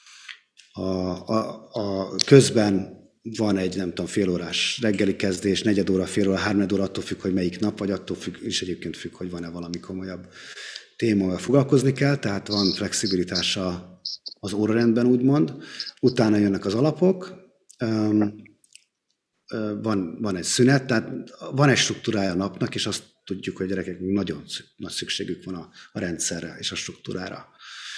Közben van egy, nem tudom, fél órás reggeli kezdés, 4 óra, fél óra, 3 óra, attól függ, hogy melyik nap, vagy attól függ, és egyébként függ, hogy van-e valami komolyabb témával foglalkozni kell, tehát van flexibilitása az órarendben, úgymond. Utána jönnek az alapok, van egy szünet, tehát van egy struktúrája a napnak, és azt tudjuk, hogy a gyerekeknek nagyon nagy szükségük van a rendszerre és a struktúrára.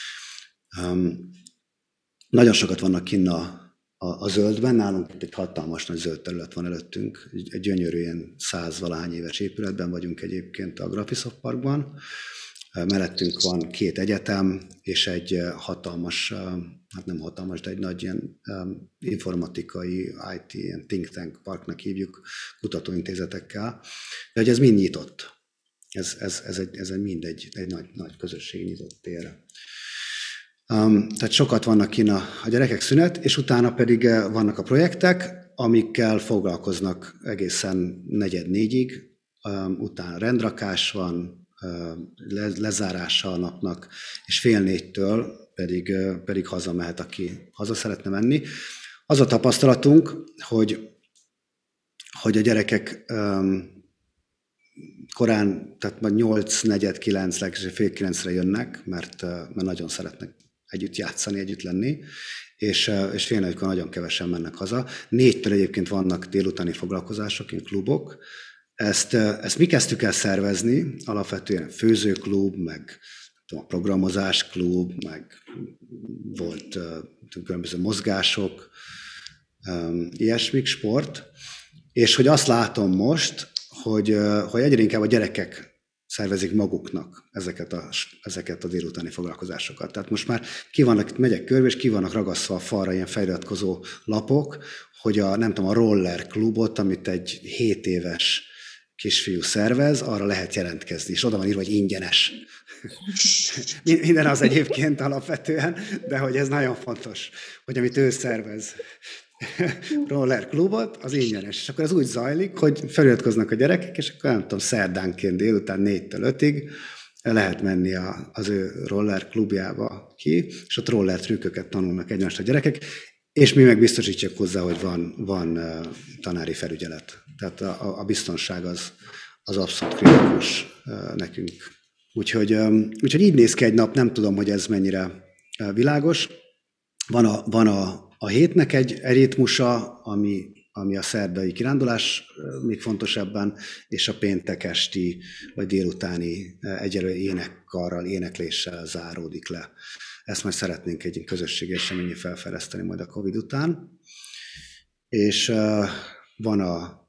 Nagyon sokat vannak kinn a zöldben, nálunk egy hatalmas nagy zöld terület van előttünk, egy gyönyörű ilyen 100-valahány éves épületben vagyunk egyébként a Graphisoft Parkban. Mellettünk van 2 egyetem, és egy hatalmas, hát nem hatalmas, de egy nagy ilyen informatikai IT, ilyen think tank parknak hívjuk, kutatóintézetekkel. De hogy ez mind nyitott. Ez mind egy nagy közösségi nyitott tér. Tehát sokat vannak kint a gyerekek szünet, és utána pedig vannak a projektek, amikkel foglalkoznak egészen 3:45-ig. Utána rendrakás van, lezárása a napnak, és 3:30-től pedig hazamehet, aki haza szeretne menni. Az a tapasztalatunk, hogy a gyerekek korán, tehát majd 8:45, legkésőbb fél 9-re jönnek, mert nagyon szeretnek együtt játszani, együtt lenni, és fél 4-kor nagyon kevesen mennek haza. 4-től egyébként vannak délutáni foglalkozások, ilyen klubok. Ezt mi kezdtük el szervezni, alapvetően főzőklub, meg a programozásklub, meg volt különböző mozgások, ilyesmik, sport, és hogy azt látom most, hogy egyre inkább a gyerekek szervezik maguknak ezeket a délutáni foglalkozásokat. Tehát most már megyek körbe, és ki vannak ragasztva a falra ilyen feliratkozó lapok, hogy a roller klubot, amit egy 7 éves kisfiú szervez, arra lehet jelentkezni, és oda van írva, hogy ingyenes. Minden az egyébként alapvetően, de hogy ez nagyon fontos, hogy amit ő szervez, roller klubot, az ingyenes. És akkor ez úgy zajlik, hogy feliratkoznak a gyerekek, és akkor nem tudom, szerdánként délután 4-től 5-ig lehet menni az ő roller klubjába ki, és ott roller trükköket tanulnak egymást a gyerekek, és mi meg biztosítjuk hozzá, hogy van tanári felügyelet. Tehát a biztonság az abszolút kritikus nekünk. Úgyhogy így néz ki egy nap, nem tudom, hogy ez mennyire világos. Van a hétnek egy ritmusa, ami a szerdai kirándulás még fontosabban, és a péntek esti vagy délutáni egyelő énekkarral, énekléssel záródik le. Ezt majd szeretnénk egy közösségi eseményé felfejleszteni majd a Covid után. És van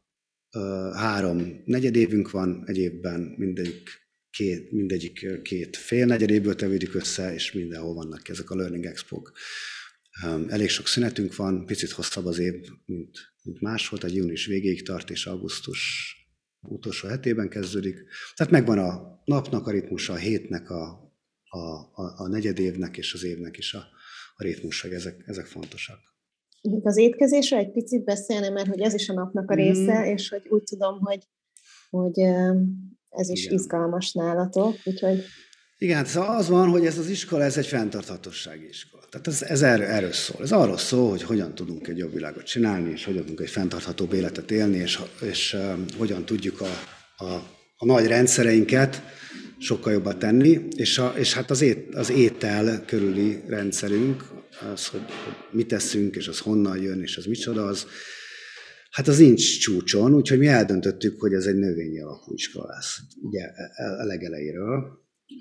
3 negyedévünk van egy évben, mindegyik 2 fél negyedévből tevődik össze, és mindenhol vannak ezek a Learning Expo-k. Elég sok szünetünk van, picit hosszabb az év, mint mint máshol, tehát június végéig tart, és augusztus utolsó hetében kezdődik. Tehát megvan a napnak a ritmusa, a hétnek, a negyedévnek és az évnek is a ritmusa, ezek fontosak. Az étkezésről egy picit beszélne, mert hogy ez is a napnak a része, és hogy úgy tudom, hogy ez is izgalmas nálatok, úgyhogy... Igen, az van, hogy ez az iskola, ez egy fenntarthatósági iskola. Tehát ez erről szól. Ez arról szól, hogy hogyan tudunk egy jobb világot csinálni, és hogyan tudunk egy fenntarthatóbb életet élni, és hogyan tudjuk a nagy rendszereinket sokkal jobban tenni, és hát az étel körüli rendszerünk, az, hogy mit eszünk, és az honnan jön, és az micsoda, hát az nincs csúcson, úgyhogy mi eldöntöttük, hogy ez egy növényi alapú iskola lesz, ugye a legelejéről.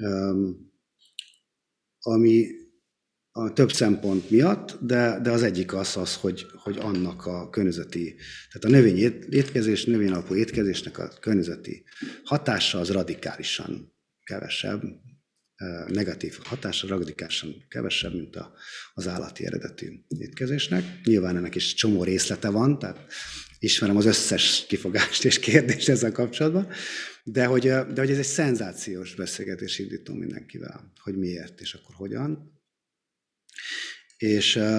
Ami a több szempont miatt, de az egyik az, hogy annak a környezeti, tehát a növényi étkezés, növény alapú étkezésnek a környezeti hatása az radikálisan kevesebb, negatív hatása radikálisan kevesebb, mint az állati eredetű étkezésnek. Nyilván ennek is csomó részlete van, tehát ismerem az összes kifogást és kérdést ezzel kapcsolatban, de hogy ez egy szenzációs beszélgetés indítom mindenkivel, hogy miért és akkor hogyan. És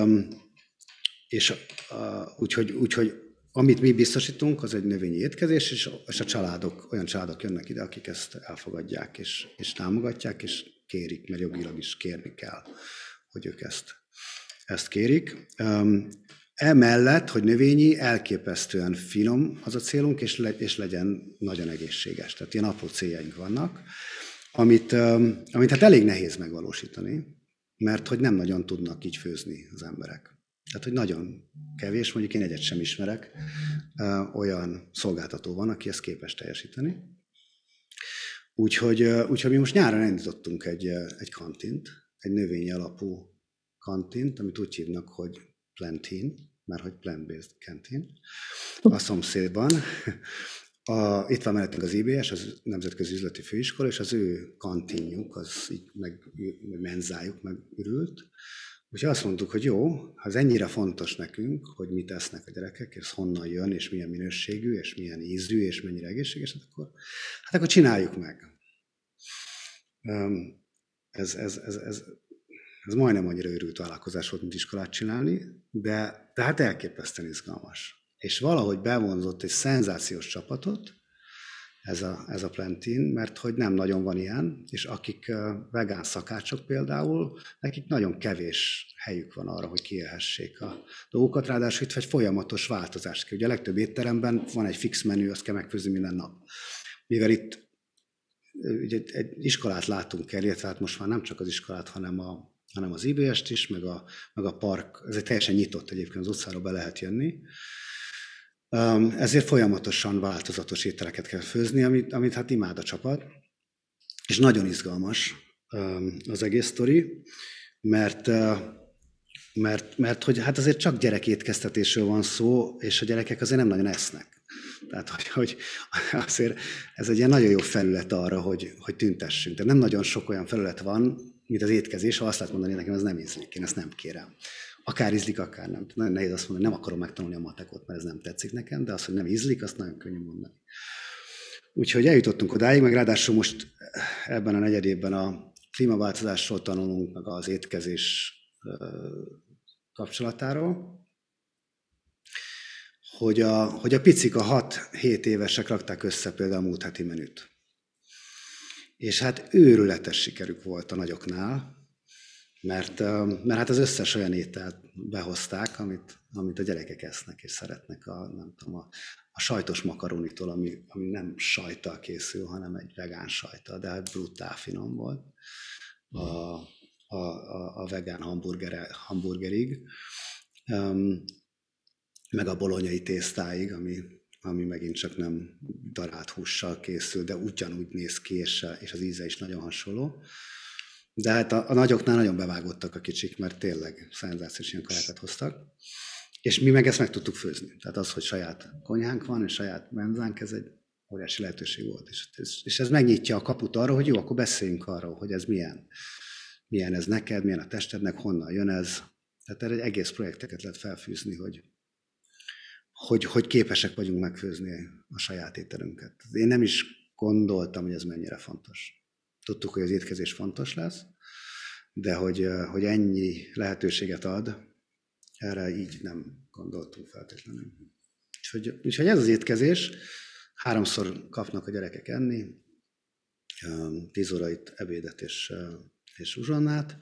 úgyhogy amit mi biztosítunk, az egy növényi étkezés, és a családok, olyan családok jönnek ide, akik ezt elfogadják és támogatják, és kérik, mert jogilag is kérni kell, hogy ők ezt kérik. Emellett, hogy növényi, elképesztően finom az a célunk, és legyen nagyon egészséges. Tehát ilyen apró céljaink vannak, amit hát elég nehéz megvalósítani, mert hogy nem nagyon tudnak így főzni az emberek. Tehát, hogy nagyon kevés, mondjuk én egyet sem ismerek, olyan szolgáltató van, aki ezt képes teljesíteni. Úgyhogy mi most nyáron elindítottunk egy kantint, egy növényi alapú kantint, amit úgy hívnak, hogy Plantin, mert hogy plant-based canteen, a szomszédban. Itt van mellettünk az IBS, az Nemzetközi Üzleti Főiskola, és az ő kantinjuk, az így menzájuk megürült. Úgyhogy azt mondtuk, hogy jó, ha ez ennyire fontos nekünk, hogy mit esznek a gyerekek, és honnan jön, és milyen minőségű, és milyen ízű, és mennyire egészséges, akkor csináljuk meg. Ez majdnem annyira őrült vállalkozás volt, mint iskolát csinálni, de hát elképesztően izgalmas. És valahogy bevonzott egy szenzációs csapatot, ez a Plantin, mert hogy nem nagyon van ilyen, és akik vegán szakácsok például, nekik nagyon kevés helyük van arra, hogy kiélhessék a dolgokat, ráadásul itt egy folyamatos változás kell. Ugye a legtöbb étteremben van egy fix menü, azt kell megfőzni minden nap. Mivel itt ugye egy iskolát látunk el, illetve hát most már nem csak az iskolát, hanem az IBS-t is, meg a park, ez egy teljesen nyitott egyébként, az utcáról be lehet jönni. Ezért folyamatosan változatos ételeket kell főzni, amit hát imád a csapat. És nagyon izgalmas az egész sztori, mert hogy hát azért csak gyerekétkeztetésről van szó, és a gyerekek azért nem nagyon esznek. Tehát, hogy azért ez egy ilyen nagyon jó felület arra, hogy tüntessünk. De nem nagyon sok olyan felület van, mint az étkezés, ha azt lehet mondani, nekem ez nem ízlik, én ezt nem kérem. Akár ízlik, akár nem. Nagyon nehéz azt mondani, nem akarom megtanulni a matekot, mert ez nem tetszik nekem, de az, hogy nem ízlik, azt nagyon könnyű mondani. Úgyhogy eljutottunk odáig, meg ráadásul most ebben a negyedévben a klímaváltozásról tanulunk, meg az étkezés kapcsolatáról, hogy a picik, a 6-7 évesek rakták össze például a múlt heti menüt. És hát őrületes sikerük volt a nagyoknál, mert hát az összes olyan ételt behozták, amit a gyerekek esznek és szeretnek, a sajtos makaronitól, ami nem sajttal készül, hanem egy vegán sajttal, de hát brutál finom volt, a vegán hamburgerig, meg a bolonyai tésztáig, ami megint csak nem darált hússal készül, de ugyanúgy néz ki, és az íze is nagyon hasonló. De hát a nagyoknál nagyon bevágottak a kicsik, mert tényleg szenzációs ilyen kajákat hoztak. És mi meg ezt meg tudtuk főzni. Tehát az, hogy saját konyhánk van, és saját menzánk, ez egy óriási lehetőség volt. És ez megnyitja a kaput arra, hogy jó, akkor beszéljünk arról, hogy ez milyen. Milyen ez neked, milyen a testednek, honnan jön ez. Tehát erre egy egész projekteket lehet felfűzni, hogy képesek vagyunk megfőzni a saját ételünket. Én nem is gondoltam, hogy ez mennyire fontos. Tudtuk, hogy az étkezés fontos lesz, de hogy ennyi lehetőséget ad, erre így nem gondoltunk feltétlenül. Úgyhogy ez az étkezés, 3-szor kapnak a gyerekek enni, 10 órait ebédet és uzsonnát.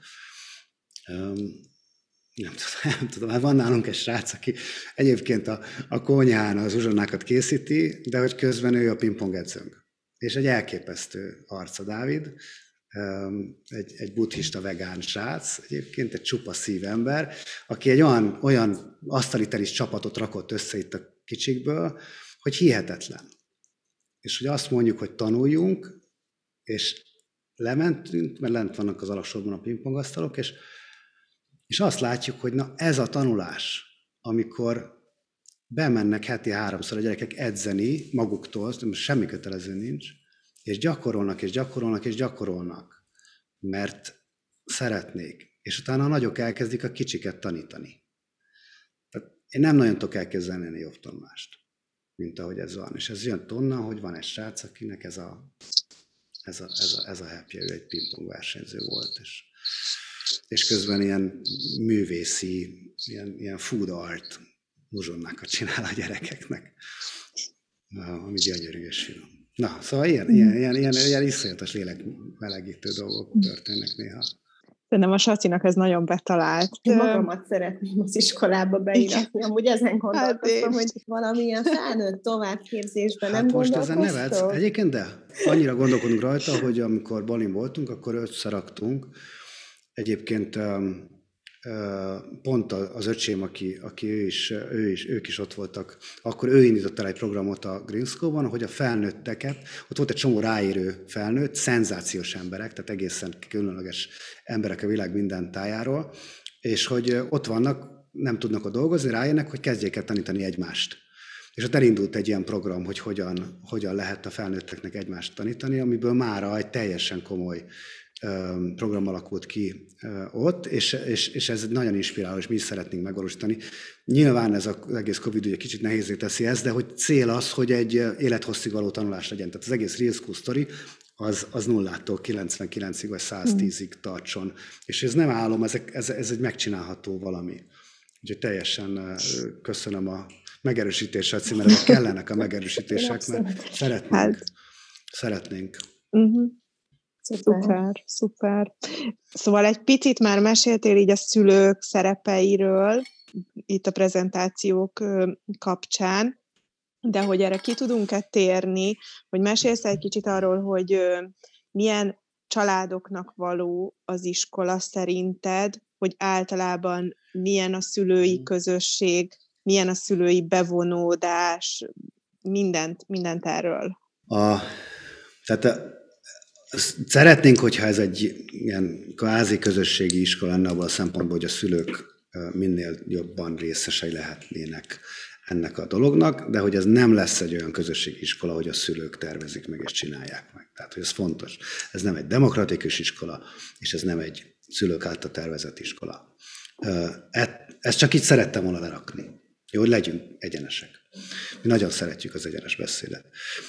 Nem tudom, hát van nálunk egy srác, aki egyébként a konyhán az uzsonnákat készíti, de hogy közben ő a pingpong edzőnk. És egy elképesztő arca Dávid, egy buddhista vegán srác, egyébként egy csupa szívember, aki egy olyan asztalitelis csapatot rakott össze itt a kicsikből, hogy hihetetlen. És hogy azt mondjuk, hogy tanuljunk, és lementünk, mert lent vannak az alaksorban a pingpongasztalok, és azt látjuk, hogy na ez a tanulás, amikor bemennek heti 3-szor a gyerekek edzeni maguktól, semmi kötelező nincs, és gyakorolnak, és gyakorolnak, és gyakorolnak, mert szeretnék. És utána a nagyok elkezdik a kicsiket tanítani. Tehát én nem nagyon tudok elképzelni ennél jobb tanulást, mint ahogy ez van. És ez jön onnan, hogy van egy srác, akinek ez a happy, ő egy pingpong versenyző volt, és közben ilyen művészi, ilyen food art uzsonnákat csinál a gyerekeknek, ami gyönyörű és finom. Na, szóval ilyen iszonyatos lélekmelegítő dolgok történnek néha. Szerintem a Sacinak ez nagyon betalált. Én magamat szeretném az iskolába beíratni. Amúgy ezen gondolkoztam, hogy valamilyen felnőtt továbbképzésben nem gondolkoztam. Hát most ezen nevetsz. Egyébként de annyira gondolkodunk rajta, hogy amikor Balin voltunk, akkor összeraktunk. Egyébként pont az öcsém, aki ők is ott voltak, akkor ő indított el egy programot a Green School-ban, hogy a felnőtteket, ott volt egy csomó ráérő felnőtt, szenzációs emberek, tehát egészen különleges emberek a világ minden tájáról, és hogy ott vannak, nem tudnak ott dolgozni, rájönnek, hogy kezdjék el tanítani egymást. És ott elindult egy ilyen program, hogy hogyan lehet a felnőtteknek egymást tanítani, amiből mára egy teljesen komoly program alakult ki ott, és ez nagyon inspiráló, és mi is szeretnénk megvalósítani. Nyilván ez az egész Covid ugye kicsit nehézé teszi ezt, de hogy cél az, hogy egy élethosszig való tanulás legyen. Tehát az egész Real School Story az 0-tól 99-ig vagy 110-ig tartson. És ez nem álom, ez egy megcsinálható valami. Úgyhogy teljesen köszönöm a megerősítését, mert kellenek a megerősítések, mert szeretnénk. Szuper. Szóval egy picit már meséltél így a szülők szerepeiről, itt a prezentációk kapcsán, de hogy erre ki tudunk-e térni, hogy mesélsz egy kicsit arról, hogy milyen családoknak való az iskola szerinted, hogy általában milyen a szülői közösség, milyen a szülői bevonódás, mindent erről. Tehát szeretnénk, hogyha ez egy ilyen kvázi közösségi iskola lenne abban a szempontból, hogy a szülők minél jobban részesei lehetnének ennek a dolognak, de hogy ez nem lesz egy olyan közösségi iskola, hogy a szülők tervezik meg és csinálják meg. Tehát, hogy ez fontos. Ez nem egy demokratikus iskola, és ez nem egy szülők által tervezett iskola. Ezt csak így szerettem volna lerakni. Jó, hogy legyünk egyenesek. Mi nagyon szeretjük az egyenes beszédet.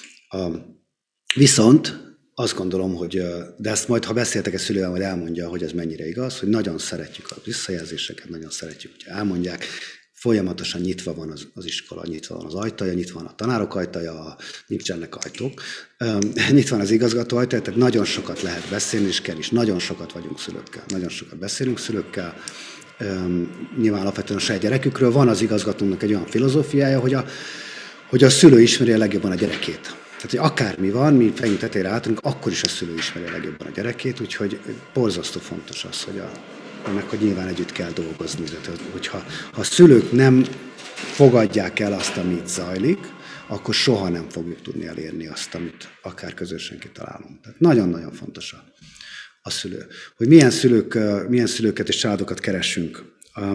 Viszont azt gondolom, hogy, de ezt majd, ha beszéltek a szülővel, majd elmondja, hogy ez mennyire igaz, hogy nagyon szeretjük a visszajelzéseket, nagyon szeretjük, hogy elmondják, folyamatosan nyitva van az iskola, nyitva van az ajtaja, nyitva van a tanárok ajtaja, nincsenek ajtók, nyitva van az igazgató ajtaja, tehát nagyon sokat lehet beszélni, és kell is, nagyon sokat vagyunk szülőkkel, nagyon sokat beszélünk szülőkkel, nyilván alapvetően a saját gyerekükről. Van az igazgatónak egy olyan filozófiája, hogy a szülő ismeri a legjobban a gyerekét. Tehát, hogy akármi van, mi fejünk tetejére álltunk, akkor is a szülő ismeri a legjobban a gyerekét, úgyhogy borzasztó fontos az, hogy nyilván együtt kell dolgozni. Tehát, hogyha a szülők nem fogadják el azt, amit zajlik, akkor soha nem fogjuk tudni elérni azt, amit akár közösen kitalálunk. Tehát nagyon-nagyon fontos a szülő. Hogy milyen szülőket és családokat keresünk.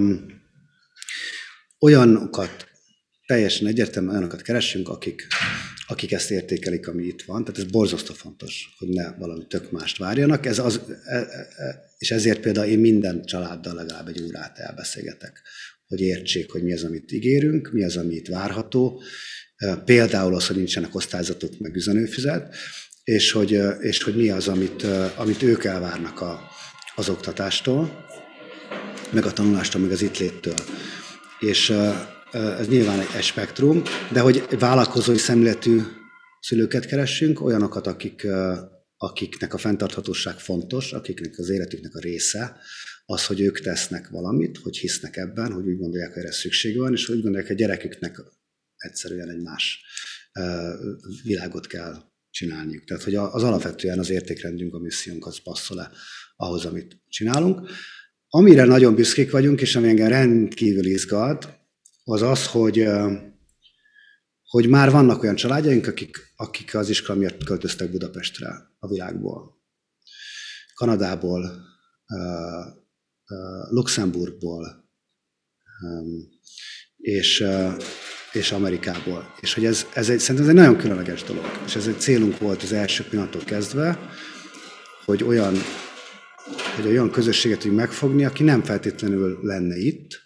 Olyanokat, teljesen egyértelműen olyanokat keresünk, akik ezt értékelik, ami itt van. Tehát ez borzasztó fontos, hogy ne valami tök mást várjanak. És ezért például én minden családdal legalább egy órát elbeszélgetek. hogy értsék, hogy mi az, amit ígérünk, mi az, amit várható. Például az, hogy nincsenek osztályzatok, meg üzenőfüzet, és hogy mi az, amit ők elvárnak az oktatástól, meg a tanulástól, meg az itt léttől. És ez nyilván egy spektrum, de hogy vállalkozói szemléletű szülőket keressünk, olyanokat, akiknek a fenntarthatóság fontos, akiknek az életüknek a része, az, hogy ők tesznek valamit, hogy hisznek ebben, hogy úgy gondolják, hogy erre szükség van, és hogy úgy gondolják, hogy a gyereküknek egyszerűen egy más világot kell csinálniuk. Tehát, hogy az alapvetően az értékrendünk, a missziónk az passzol-e ahhoz, amit csinálunk. Amire nagyon büszkék vagyunk, és ami engem rendkívül izgat, az az, hogy már vannak olyan családjaink, akik az iskola miatt költöztek Budapestre a világból. Kanadából, Luxemburgból és Amerikából. És hogy szerintem ez egy nagyon különleges dolog. És ez egy célunk volt az első pillanattól kezdve, hogy olyan közösséget tudjuk megfogni, aki nem feltétlenül lenne itt,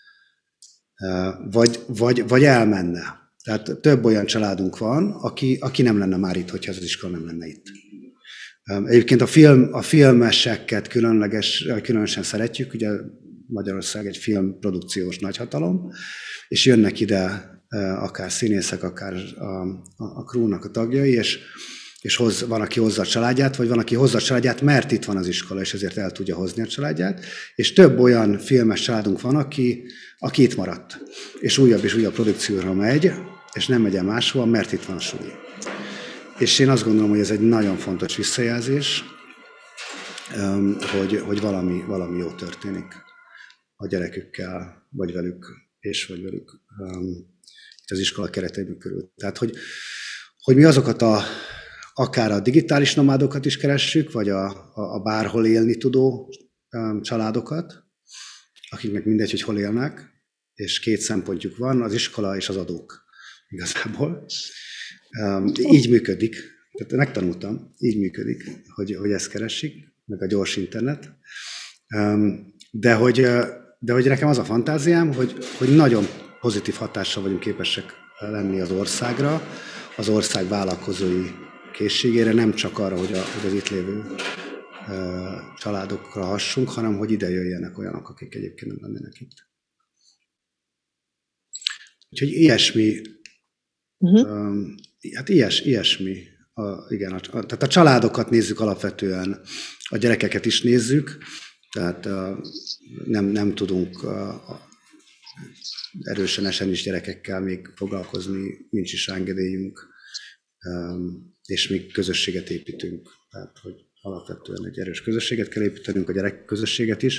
vagy elmenne. Tehát több olyan családunk van, aki nem lenne már itt, hogyha ez az iskola nem lenne itt. Egyébként a filmeseket különösen szeretjük, ugye Magyarország egy filmprodukciós nagyhatalom, és jönnek ide akár színészek, akár a crewnak a tagjai, és van, aki hozza a családját, vagy van, aki hozza a családját, mert itt van az iskola, és ezért el tudja hozni a családját. És több olyan filmes családunk van, aki itt maradt, és újabb produkcióra megy, és nem megy el máshova, mert itt van a suli. És én azt gondolom, hogy ez egy nagyon fontos visszajelzés, hogy valami jó történik a gyerekükkel, vagy velük, vagy velük itt az iskola keretein körül. Tehát, hogy mi azokat akár a digitális nomádokat is keressük, vagy a bárhol élni tudó családokat, akiknek mindegy, hogy hol élnek, és két szempontjuk van, az iskola és az adók igazából. Így működik, tehát megtanultam, így működik, hogy ezt keresik, meg a gyors internet. De hogy nekem az a fantáziám, hogy nagyon pozitív hatással vagyunk képesek lenni az országra, az ország vállalkozói készségére, nem csak arra, hogy az itt lévő családokra hassunk, hanem hogy ide jöjjenek olyanok, akik egyébként nem lennének itt. Úgyhogy ilyesmi, hát ilyesmi. Igen, tehát a családokat nézzük alapvetően, a gyerekeket is nézzük, tehát nem tudunk erősen esenis gyerekekkel még foglalkozni, nincs is engedélyünk, és még közösséget építünk. Tehát, hogy alapvetően egy erős közösséget kell építenünk, a gyerek közösséget is,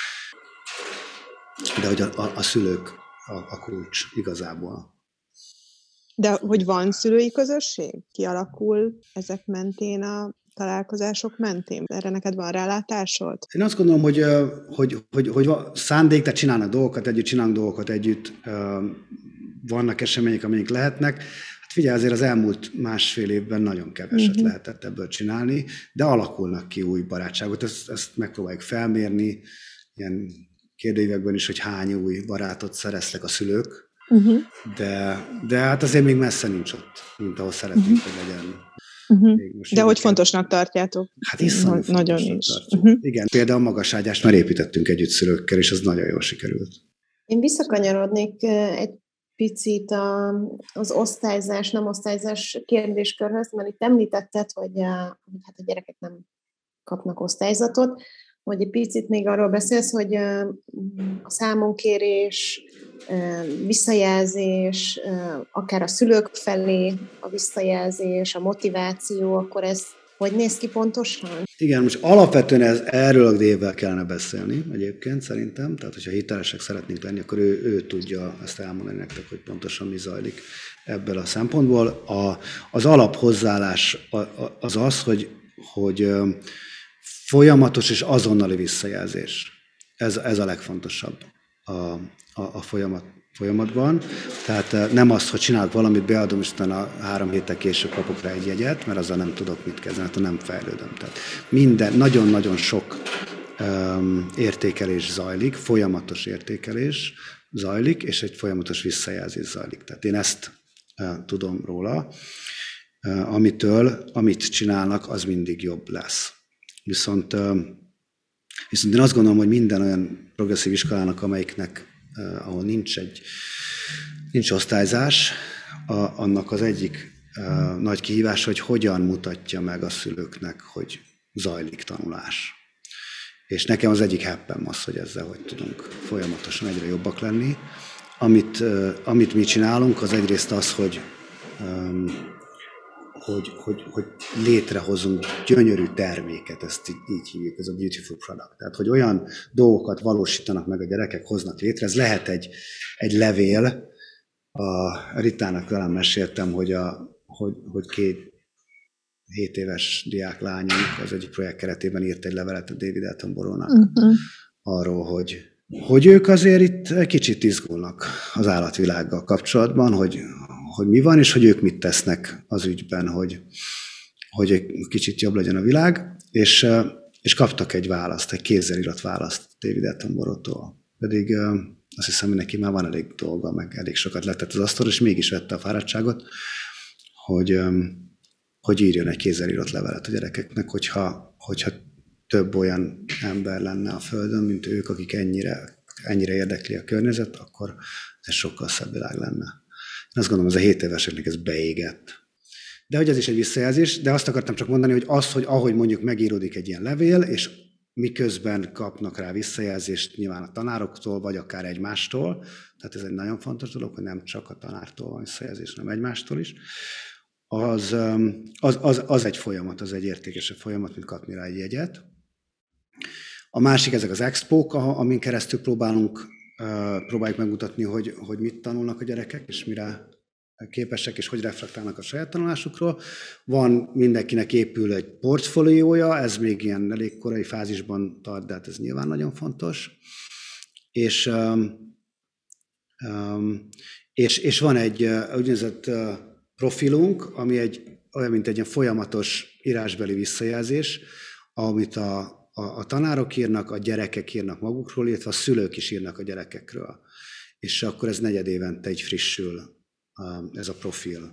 de hogy a szülők a kulcs igazából. De hogy van szülői közösség? Kialakul ezek mentén, a találkozások mentén? Erre neked van rálátásod? Én azt gondolom, hogy szándék, tehát csinálunk dolgokat együtt, vannak események, amelyek lehetnek. Hát figyelj, azért az elmúlt másfél évben nagyon keveset lehetett ebből csinálni, de alakulnak ki új barátságok. Ezt megpróbáljuk felmérni, ilyen kérdőívekben is, hogy hány új barátot szereztek a szülők, de hát azért még messze nincs ott, mint ahol szeretnénk, hogy legyen. De hogy fontosnak tartjátok? Hát iszonyú nagyon is. Igen, például magaságyást már építettünk együtt szülőkkel, és az nagyon jól sikerült. Én visszakanyarodnék egy picit az osztályzás, nem osztályzás kérdéskörhöz, mert itt említetted, hogy hát a gyerekek nem kapnak osztályzatot, hogy egy picit még arról beszélsz, hogy a számonkérés, visszajelzés, akár a szülők felé a visszajelzés, a motiváció, akkor ez hogy néz ki pontosan? Igen, most alapvetően erről a Dave-vel kellene beszélni egyébként szerintem, tehát hogyha hitelesek szeretnénk lenni, akkor ő tudja ezt elmondani nektek, hogy pontosan mi zajlik ebből a szempontból. Az alaphozzáállás az, hogy folyamatos és azonnali visszajelzés. Ez a legfontosabb a folyamatban. Tehát nem az, hogy csinálok valamit, beadom, és utána 3 héttel később kapok rá egy jegyet, mert azzal nem tudok mit kezdeni, hát nem fejlődöm. Tehát nagyon-nagyon sok értékelés zajlik, folyamatos értékelés, zajlik, és egy folyamatos visszajelzés zajlik. Tehát én ezt tudom róla, amit csinálnak, az mindig jobb lesz. Viszont én azt gondolom, hogy minden olyan progresszív iskolának, amelyiknek, ahol nincs osztályzás, annak az egyik nagy kihívás, hogy hogyan mutatja meg a szülőknek, hogy zajlik tanulás. És nekem az egyik happem az, hogy ezzel hogy tudunk folyamatosan egyre jobbak lenni. Amit mi csinálunk, az egyrészt az, hogy létrehozunk gyönyörű terméket, ezt így hívjuk, ez a beautiful product. Tehát, hogy olyan dolgokat valósítanak meg a gyerekek, hoznak létre. Ez lehet egy levél. A Ritának velem meséltem, hogy 2 7 éves diáklányunk az egyik projekt keretében írt egy levelet a David Attenborough-nak arról, hogy ők azért itt kicsit izgulnak az állatvilággal kapcsolatban, hogy mi van, és hogy ők mit tesznek az ügyben, hogy egy kicsit jobb legyen a világ, és kaptak egy választ, egy kézzel írott választ David Attenborough-tól. Pedig azt hiszem, hogy neki már van elég dolga, meg elég sokat letett az asztalra, és mégis vette a fáradtságot, hogy írjon egy kézzel írott levelet a gyerekeknek, hogyha több olyan ember lenne a Földön, mint ők, akik ennyire érdekli a környezet, akkor ez sokkal szebb világ lenne. Én azt gondolom, ez a 7 éveseknek ez beégett. De hogy ez is egy visszajelzés, de azt akartam csak mondani, hogy ahogy mondjuk megíródik egy ilyen levél, és miközben kapnak rá visszajelzést nyilván a tanároktól, vagy akár egymástól, tehát ez egy nagyon fontos dolog, hogy nem csak a tanártól van visszajelzés, hanem egymástól is, az egy folyamat, az egy értékesebb folyamat, mint kapni rá egy jegyet. A másik ezek az expók, amin keresztül próbáljuk megmutatni, hogy mit tanulnak a gyerekek, és mire képesek, és hogy reflektálnak a saját tanulásukról. Van mindenkinek épül egy portfóliója, ez még ilyen elég korai fázisban tart, de hát ez nyilván nagyon fontos. És van egy úgynevezett profilunk, ami olyan, mint egy ilyen folyamatos írásbeli visszajelzés, amit a tanárok írnak, a gyerekek írnak magukról, illetve a szülők is írnak a gyerekekről. És akkor ez 4 évente így frissül, ez a profil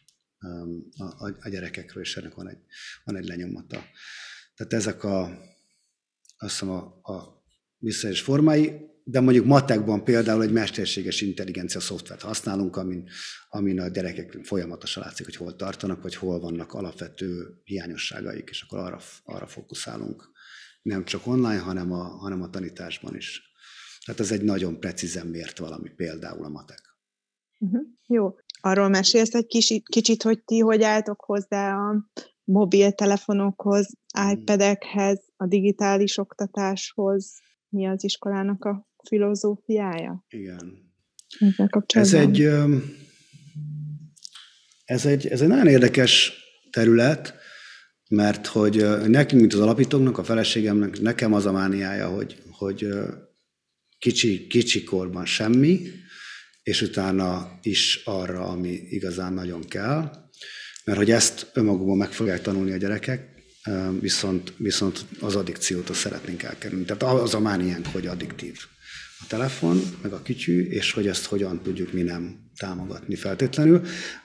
a gyerekekről, és ennek van egy lenyomata. Tehát ezek azt hiszem a visszajelzés formái, de mondjuk matekban például egy mesterséges intelligencia szoftvert használunk, amin a gyerekek folyamatosan látszik, hogy hol tartanak, vagy hol vannak alapvető hiányosságaik, és akkor arra fókuszálunk. Nem csak online, hanem a tanításban is. Tehát ez egy nagyon precízen mért valami, például a matek. Jó. Arról mesélsz egy kicsit, hogy ti hogy álltok hozzá a mobiltelefonokhoz, iPad-ekhez, a digitális oktatáshoz? Mi az iskolának a filozófiája? Igen. Ezzel kapcsolatban. Ez egy nagyon érdekes terület, mert hogy nekünk, mint az alapítóknak, a feleségemnek, nekem az a mániája, hogy kicsi korban semmi, és utána is arra, ami igazán nagyon kell, mert hogy ezt önmagukban meg fogják tanulni a gyerekek, viszont az addikciót azt szeretnénk elkerülni. Tehát az a mániánk, hogy addiktív a telefon, meg a kütyű, és hogy ezt hogyan tudjuk mi nem támogatni feltétlenül.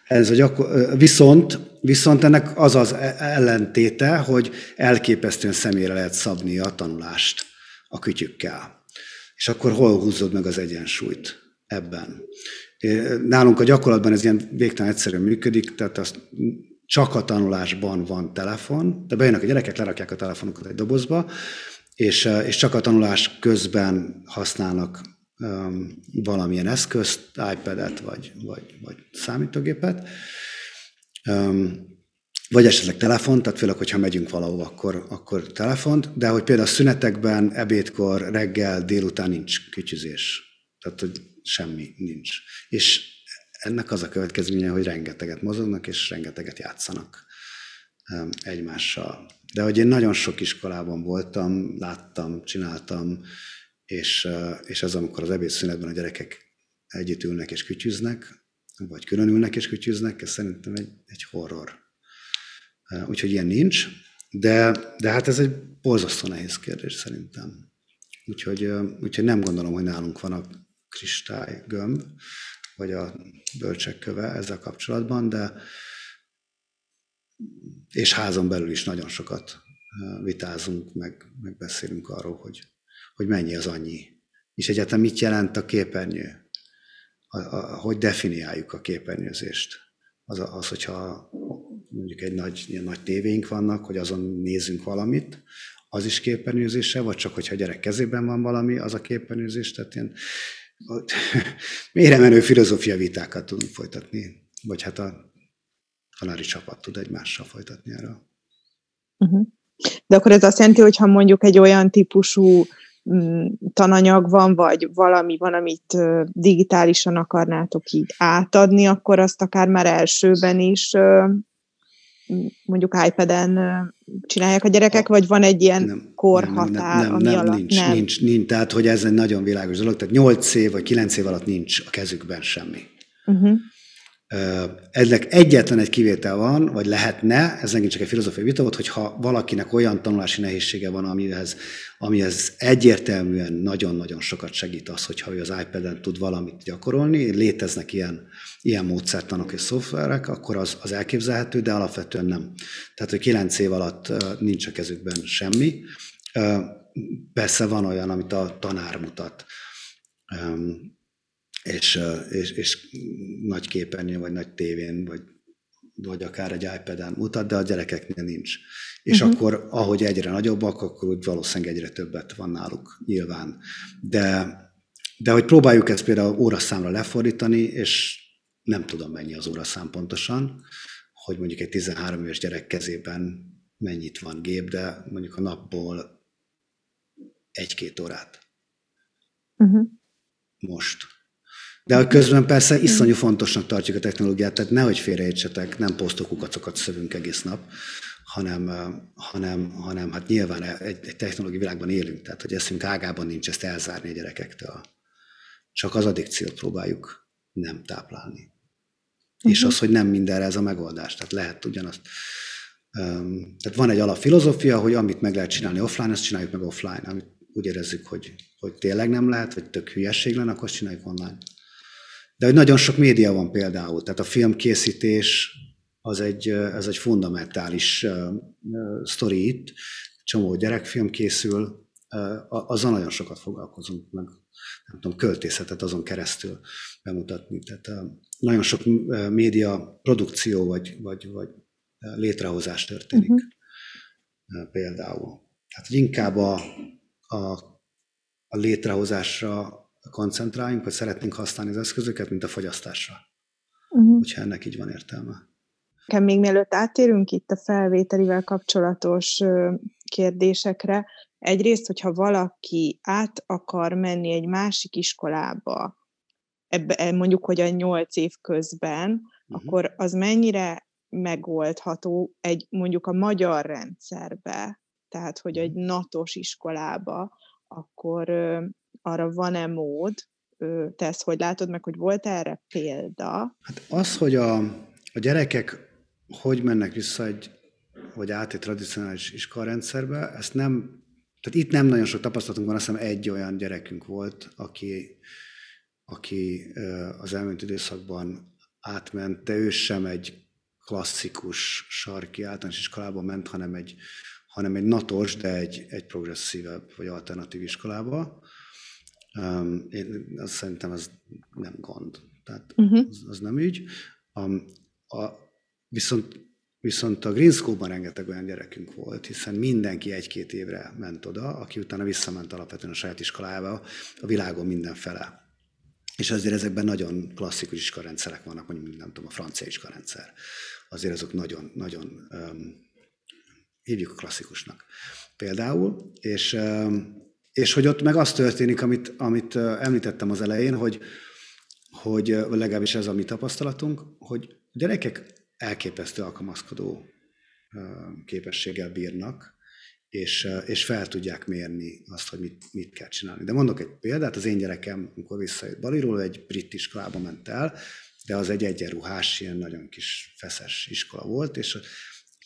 Viszont ennek az ellentéte, hogy elképesztően személyre lehet szabni a tanulást a kütyükkel. És akkor hol húzod meg az egyensúlyt ebben? Nálunk a gyakorlatban ez ilyen végtelen egyszerűen működik, tehát csak a tanulásban van telefon, de bejönnek a gyerekek, lerakják a telefonukat egy dobozba, és csak a tanulás közben használnak valamilyen eszközt, iPad-et vagy számítógépet, vagy esetleg telefont, tehát főleg, hogyha megyünk valahova, akkor telefont, de hogy például szünetekben, ebédkor, reggel, délután nincs kütyüzés. Tehát, hogy semmi nincs. És ennek az a következménye, hogy rengeteget mozognak, és rengeteget játszanak egymással. De hogy én nagyon sok iskolában voltam, láttam, csináltam, és az, amikor az ebédszünetben a gyerekek együtt ülnek és kütyüznek, vagy külön ülnek és kütyüznek, ez szerintem egy horror. Úgyhogy ilyen nincs, de hát ez egy borzasztó nehéz kérdés szerintem. Úgyhogy nem gondolom, hogy nálunk van a kristálygömb, vagy a bölcsek köve ezzel kapcsolatban, és házon belül is nagyon sokat vitázunk, meg beszélünk arról, hogy mennyi az annyi. És egyáltalán mit jelent a képernyő? Hogy definiáljuk a képernyőzést? Az, hogyha mondjuk ilyen nagy tévéink vannak, hogy azon nézzünk valamit, az is képernyőzése, vagy csak hogyha a gyerek kezében van valami, az a képernyőzés, tehát ilyen mélyre menő filozófia vitákat tudunk folytatni, vagy hát a tanári csapat tud egymással folytatni erről. De akkor ez azt jelenti, hogy ha mondjuk egy olyan típusú tananyag van, vagy valami van, amit digitálisan akarnátok így átadni, akkor azt akár már elsőben is mondjuk iPad-en csinálják a gyerekek, vagy van egy ilyen korhatár, ami alatt nincs. Tehát, hogy ez egy nagyon világos dolog, tehát 8 év vagy 9 év alatt nincs a kezükben semmi. Ennek egyetlen egy kivétel van, vagy lehetne, ez megint csak egy filozófiai vita volt, hogyha valakinek olyan tanulási nehézsége van, amihez egyértelműen nagyon-nagyon sokat segít az, hogyha ő az iPad-en tud valamit gyakorolni, léteznek ilyen módszertanok és szoftverek, akkor az elképzelhető, de alapvetően nem. Tehát, hogy 9 év alatt nincs a kezükben semmi. Persze van olyan, amit a tanár mutat, és nagy képernyőn, vagy nagy tévén, vagy akár egy iPad-en mutat, de a gyerekeknél nincs. És akkor, ahogy egyre nagyobbak, akkor úgy valószínűleg egyre többet van náluk nyilván. De hogy próbáljuk ezt például óraszámra lefordítani, és nem tudom mennyi az óraszám pontosan, hogy mondjuk egy 13 éves gyerek kezében mennyit van gép, de mondjuk a napból 1-2 órát. Most. De közben persze iszonyú fontosnak tartjuk a technológiát, tehát nehogy félreértsetek, nem posztokukacokat szövünk egész nap, hanem hát nyilván egy technológiai világban élünk, tehát hogy eszünk ágában nincs ezt elzárni a gyerekektől. Csak az addikciót próbáljuk nem táplálni. És az, hogy nem mindenre ez a megoldás, tehát lehet ugyanazt. Tehát van egy alapfilozófia, hogy amit meg lehet csinálni offline, azt csináljuk meg offline, amit úgy érezzük, hogy tényleg nem lehet, vagy tök hülyesség lenne, akkor azt csináljuk online. De hogy nagyon sok média van például, tehát a filmkészítés ez egy fundamentális sztori itt, csomó gyerekfilm készül, azzal nagyon sokat foglalkozunk, meg nem tudom, költészetet azon keresztül bemutatni. Tehát nagyon sok média produkció vagy létrehozás történik például. Tehát hogy inkább a létrehozásra koncentráljunk, vagy szeretnénk használni az eszközöket, mint a fogyasztásra. Hogyha ennek így van értelme. Még mielőtt áttérünk itt a felvételivel kapcsolatos kérdésekre, egyrészt, hogyha valaki át akar menni egy másik iskolába, mondjuk, hogy a 8 év közben, akkor az mennyire megoldható mondjuk a magyar rendszerbe, tehát, hogy egy NATO-s iskolába, akkor arra van-e mód? Te ezt hogy látod meg, hogy volt erre példa? Hát az, hogy a gyerekek hogy mennek vissza vagy át egy tradicionális iskolarendszerbe, ezt nem, tehát itt nem nagyon sok tapasztalatunk van, azt hiszem egy olyan gyerekünk volt, aki az elmúlt időszakban átment, de ő sem egy klasszikus sarki általános iskolába ment, hanem egy NATO-s, de egy progresszívebb vagy alternatív iskolába. Én azt szerintem ez nem gond, tehát az nem ügy. Viszont a Green School-ban rengeteg olyan gyerekünk volt, hiszen mindenki 1-2 évre ment oda, aki utána visszament alapvetően a saját iskolájába, a világon mindenfele. És azért ezekben nagyon klasszikus iskolarendszerek vannak, mondjuk nem tudom, a francia iskolarendszer. Azért azok nagyon, nagyon hívjuk a klasszikusnak például, és hogy ott meg az történik, amit említettem az elején, hogy legalábbis ez a mi tapasztalatunk, hogy a gyerekek elképesztő alkalmazkodó képességgel bírnak, és fel tudják mérni azt, hogy mit kell csinálni. De mondok egy példát, az én gyerekem, amikor visszajött Baliról, egy brit iskolába ment el, de az egy egyenruhás, ilyen nagyon kis feszes iskola volt,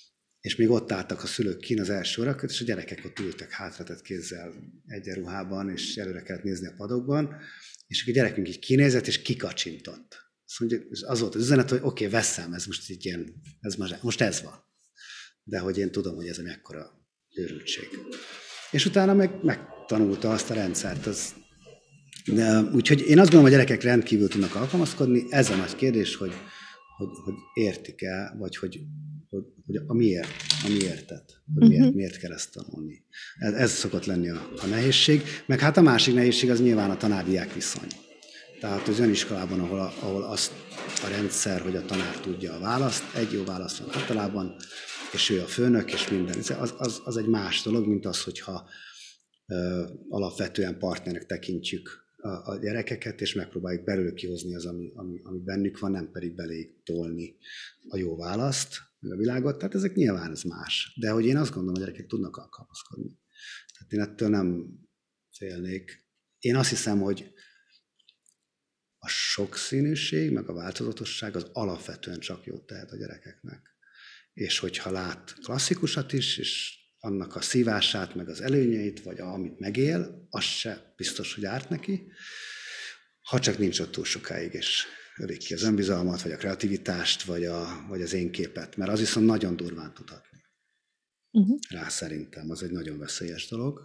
és még ott álltak a szülők kín az első óra között, és a gyerekek ott ültek hátratett kézzel egyenruhában, és előre kellett nézni a padokban, és a gyerekünk így kinézett, és kikacsintott. Azt mondja, az volt az üzenet, hogy oké, veszem, ez most így ilyen, most ez van. De hogy én tudom, hogy ez egy mekkora őrültség. És utána megtanulta azt a rendszert. Úgyhogy én azt gondolom, hogy a gyerekek rendkívül tudnak alkalmazkodni. Ez a nagy kérdés, hogy értik-e, vagy hogy a miértet, hogy miért kell ezt tanulni. Ez szokott lenni a nehézség. Meg hát a másik nehézség az nyilván a tanár-diák viszony. Tehát az olyan iskolában, ahol az a rendszer, hogy a tanár tudja a választ, egy jó válasz van általában, és ő a főnök, és minden. Az egy más dolog, mint az, hogyha alapvetően partnernek tekintjük a gyerekeket, és megpróbáljuk belőle kihozni az, ami bennük van, nem pedig beléjük tolni a jó választ, meg a világot. Tehát ezek nyilván ez más. De hogy én azt gondolom, hogy a gyerekek tudnak alkalmazkodni. Tehát én ettől nem félnék. Én azt hiszem, hogy a sokszínűség, meg a változatosság az alapvetően csak jót tehet a gyerekeknek. És hogyha lát klasszikusat is, és annak a szívását, meg az előnyeit, vagy amit megél, az se biztos, hogy árt neki, ha csak nincs ott túl sokáig, és ölik ki az önbizalmat, vagy a kreativitást, vagy az én képet, mert az viszont nagyon durván tudhatni. Rá szerintem, az egy nagyon veszélyes dolog.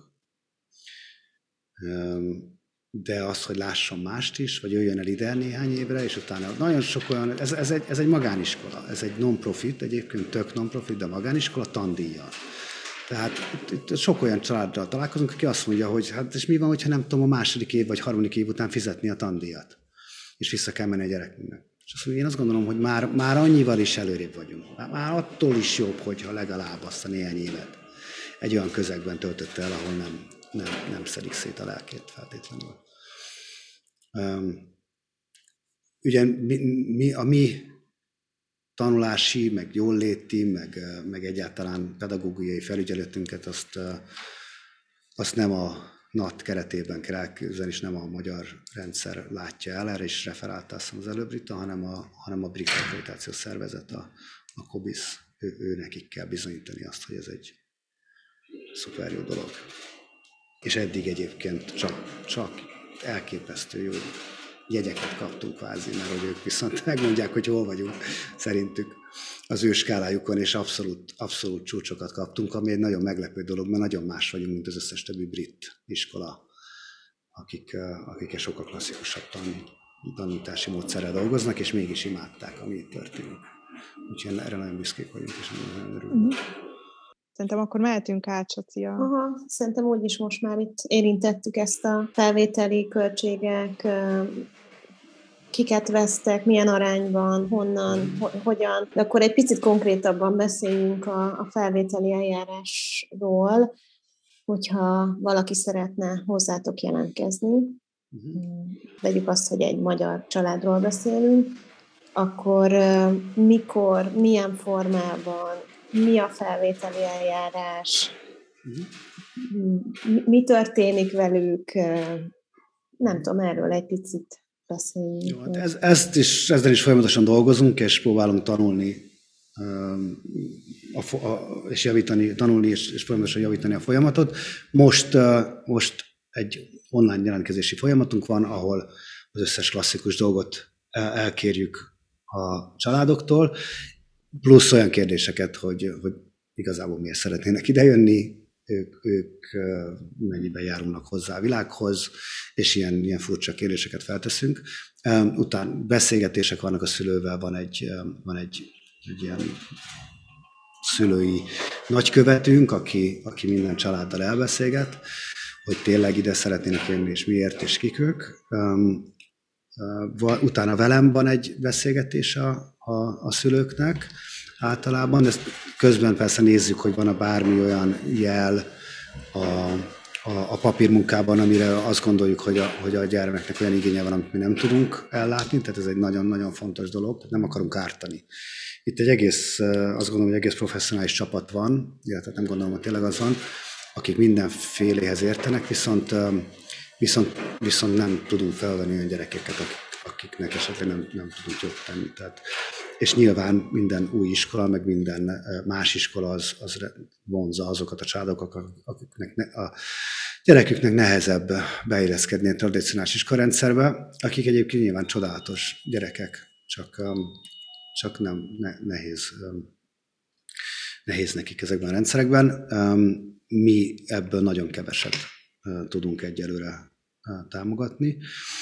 De az, hogy lásson mást is, vagy jöjjön el ide néhány évre, és utána nagyon sok olyan, ez egy magániskola, ez egy non-profit, egyébként tök non-profit, de magániskola tandíjjal. Tehát itt sok olyan családdal találkozunk, aki azt mondja, hogy hát és mi van, hogyha nem tudom a második év vagy harmadik év után fizetni a tandíjat, és vissza kell menni a gyerekünknek. És azt mondja, én azt gondolom, hogy már annyival is előrébb vagyunk. Már attól is jobb, hogyha legalább azt a néhány évet egy olyan közegben töltötte el, ahol nem szedik szét a lelkét feltétlenül. Ugye a mi tanulási, meg jólléti, meg egyáltalán pedagógiai felügyeletünket azt nem a NAT keretében kell elképzelni, és nem a magyar rendszer látja el, erre is referálta az előbb Rita, hanem a brit akkreditációs szervezet, a COBISZ, ő nekik kell bizonyítani azt, hogy ez egy szuper jó dolog. És eddig egyébként csak elképesztő jó jegyeket kaptunk kvázi, mert hogy ők viszont megmondják, hogy hol vagyunk szerintük az ő skálájukon, és abszolút csúcsokat kaptunk, ami egy nagyon meglepő dolog, mert nagyon más vagyunk, mint az összes többi brit iskola, akik sokkal klasszikusabb tanítási módszerrel dolgoznak, és mégis imádták, ami itt történik. Úgyhogy erre nagyon büszkék vagyunk, és nagyon örülünk. Szerintem akkor mehetünk át, Socia. Aha, szerintem úgyis most már itt érintettük ezt a felvételi költségek, kiket vesztek, milyen arányban, honnan, hogyan. De akkor egy picit konkrétabban beszéljünk a felvételi eljárásról, hogyha valaki szeretne hozzátok jelentkezni. Vegyük azt, hogy egy magyar családról beszélünk, akkor mikor, milyen formában, mi a felvételi eljárás, mi történik velük, nem tudom, erről egy picit beszéljünk. Jó, hát ezzel is folyamatosan dolgozunk, és próbálunk tanulni, és tanulni, és folyamatosan javítani a folyamatot. Most egy online jelentkezési folyamatunk van, ahol az összes klasszikus dolgot elkérjük a családoktól, plusz olyan kérdéseket, hogy igazából miért szeretnének idejönni, ők mennyiben járulnak hozzá a világhoz, és ilyen furcsa kérdéseket felteszünk. Utána beszélgetések vannak a szülővel, van egy ilyen szülői nagykövetünk, aki minden családdal elbeszélget, hogy tényleg ide szeretnének jönni, és miért, és kik ők. Utána velem van egy beszélgetés a szülőknek általában, ezt közben persze nézzük, hogy van-e bármi olyan jel a papírmunkában, amire azt gondoljuk, hogy a gyermeknek olyan igénye van, amit mi nem tudunk ellátni, tehát ez egy nagyon-nagyon fontos dolog, tehát nem akarunk ártani. Itt azt gondolom, hogy egész professzionális csapat van, illetve nem gondolom, hogy tényleg az van, akik mindenféléhez értenek, viszont nem tudunk felvenni olyan gyerekeket, akiknek esetleg nem tudunk jót tenni. Tehát és nyilván minden új iskola, meg minden más iskola az vonzza azokat a családokat, akiknek a gyereküknek nehezebb beilleszkedni a tradicionális iskolarendszerbe, akik egyébként nyilván csodálatos gyerekek, csak nem nehéz nekik ezekben a rendszerekben. Mi ebből nagyon keveset tudunk egyelőre támogatni.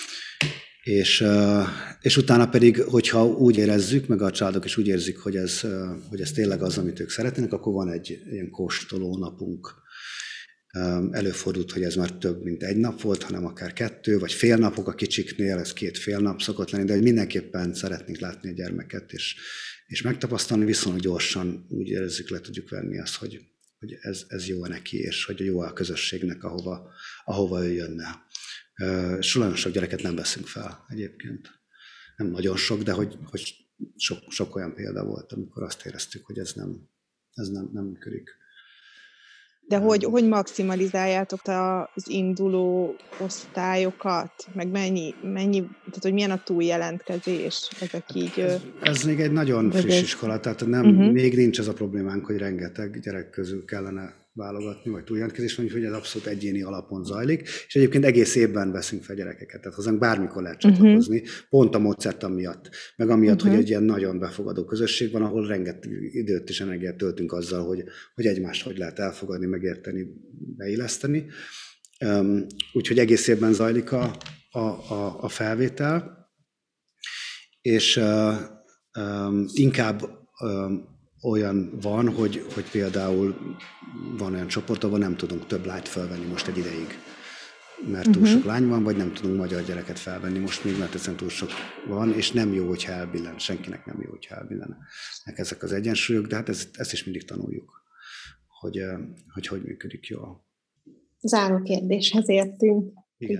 És utána pedig, hogyha úgy érezzük, meg a családok is úgy érzik, hogy ez tényleg az, amit ők szeretnének, akkor van egy ilyen kóstoló napunk. Előfordult, hogy ez már több mint egy nap volt, hanem akár 2, vagy fél napok a kicsiknél, ez 2 fél nap szokott lenni, de hogy mindenképpen szeretnénk látni a gyermeket, és megtapasztalni, viszonylag gyorsan úgy érezzük, le tudjuk venni azt, hogy ez jó neki, és hogy jó a közösségnek, ahova ő jönne. Nagyon sok gyereket nem veszünk fel egyébként. Nem nagyon sok, de hogy sok olyan példa volt, amikor azt éreztük, hogy ez nem működik. De hogy maximalizáljátok az induló osztályokat? Meg mennyi, tehát hogy milyen a túljelentkezés? Ezek így... Ez még egy nagyon friss iskola, tehát még nincs az a problémánk, hogy rengeteg gyerek közül kellene válogatni, vagy túljelentkezés van, úgyhogy ez abszolút egyéni alapon zajlik, és egyébként egész évben veszünk fel gyerekeket, tehát hozzánk bármikor lehet csatlakozni, pont a módszertan miatt, meg amiatt, hogy egy ilyen nagyon befogadó közösség van, ahol rengeteg időt és energiát töltünk azzal, hogy egymást hogy lehet elfogadni, megérteni, beilleszteni. Úgyhogy egész évben zajlik a felvétel, és inkább olyan van, hogy például van olyan csoport, ahol nem tudunk több lányt felvenni most egy ideig, mert túl sok lány van, vagy nem tudunk magyar gyereket felvenni most még, mert egyszerűen túl sok van, és nem jó, hogyha elbillen. Senkinek nem jó, hogyha elbillenek ezek az egyensúlyok, de hát ezt is mindig tanuljuk, hogy működik jól. Záró kérdéshez értünk.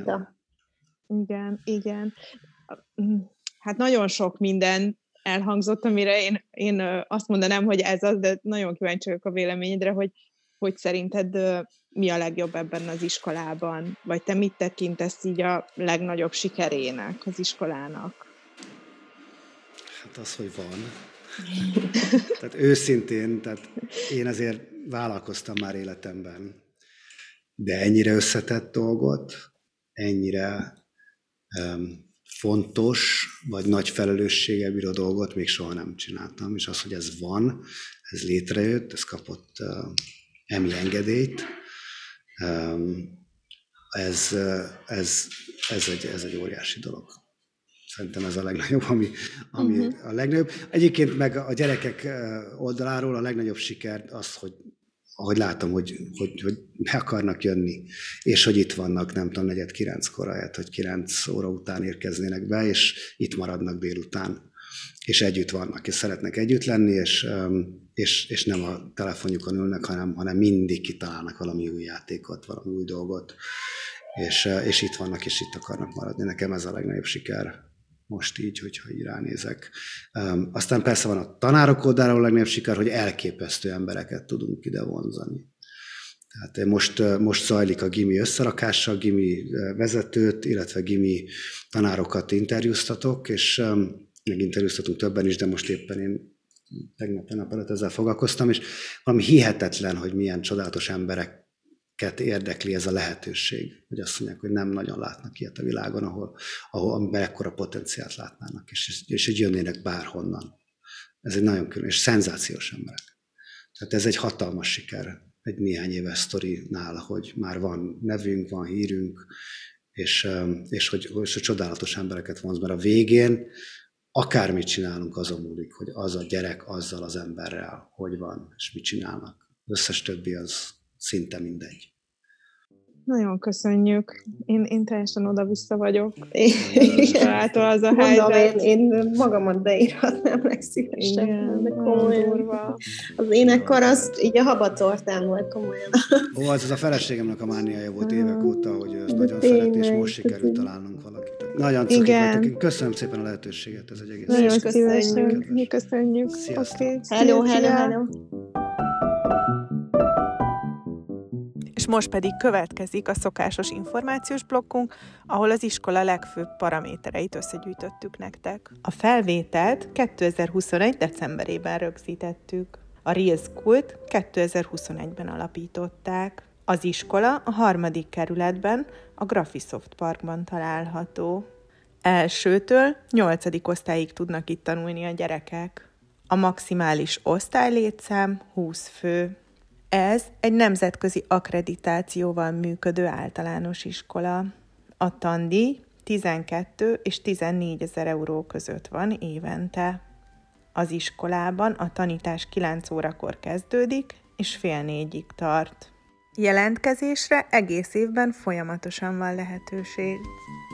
Igen. Hát nagyon sok minden elhangzott, amire én azt mondanám, hogy ez az, de nagyon kíváncsi vagyok a véleményedre, hogy szerinted mi a legjobb ebben az iskolában, vagy te mit tekintesz így a legnagyobb sikerének az iskolának? Hát az, hogy van. Tehát őszintén, én azért vállalkoztam már életemben, de ennyire összetett dolgot, ennyire fontos, vagy nagy felelősséggel bíró dolgot még soha nem csináltam, és az, hogy ez van, ez létrejött, ez kapott EMI engedélyt, ez egy óriási dolog. Szerintem ez a legnagyobb, ami a legnagyobb. Egyébként meg a gyerekek oldaláról a legnagyobb siker az, hogy látom, hogy be akarnak jönni, és hogy itt vannak, nem tudom, 8:45-kor ahelyett, hogy 9 óra után érkeznének be, és itt maradnak délután, és együtt vannak, és szeretnek együtt lenni, és nem a telefonjukon ülnek, hanem mindig kitalálnak valami új játékot, valami új dolgot, és itt vannak, és itt akarnak maradni. Nekem ez a legnagyobb siker most így, hogyha így ránézek. Aztán persze van a tanárok oldaláról a legnagyobb siker, hogy elképesztő embereket tudunk ide vonzani. Tehát most zajlik a gimi összerakással, gimi vezetőt, illetve gimi tanárokat interjúztatok, és meginterjúztatunk többen is, de most éppen én tegnap előtt ezzel foglalkoztam, és valami hihetetlen, hogy milyen csodálatos embereket érdekli ez a lehetőség, hogy azt mondják, hogy nem nagyon látnak ilyet a világon, ahol ekkora potenciált látnának, és hogy jönnének bárhonnan. Ez egy nagyon külön, és szenzációs emberek. Tehát ez egy hatalmas siker egy néhány éves sztorinál, hogy már van nevünk, van hírünk, és hogy csodálatos embereket vonz, mert a végén akármit csinálunk, azon múlik, hogy az a gyerek azzal az emberrel hogy van, és mit csinálnak. Az összes többi az szinte mindegy. Nagyon köszönjük. Én teljesen oda-vissza vagyok. Lától az a helyzet. Én magamat beírhatnám legszívesebben, de komolyan. Az énekkar az így a habatortán volt komolyan. Az a feleségemnek a mániája volt évek óta, hogy ő ezt nagyon szeret, és most sikerült találnunk valakit. Nagyon cukik vagytok. Köszönöm szépen a lehetőséget, ez egy egész. Nagyon köszönjük. Mi köszönjük. Sziasztok. Okay. Hello. És most pedig következik a szokásos információs blokkunk, ahol az iskola legfőbb paramétereit összegyűjtöttük nektek. A felvételt 2021. decemberében rögzítettük. A Real School-t 2021-ben alapították. Az iskola a 3. kerületben, a Graphisoft Parkban található. 1-től 8. osztályig tudnak itt tanulni a gyerekek. A maximális osztálylétszám 20 fő. Ez egy nemzetközi akkreditációval működő általános iskola. A tandíj 12 és 14 000 euró között van évente. Az iskolában a tanítás 9 órakor kezdődik, és 3:30-ig tart. Jelentkezésre egész évben folyamatosan van lehetőség.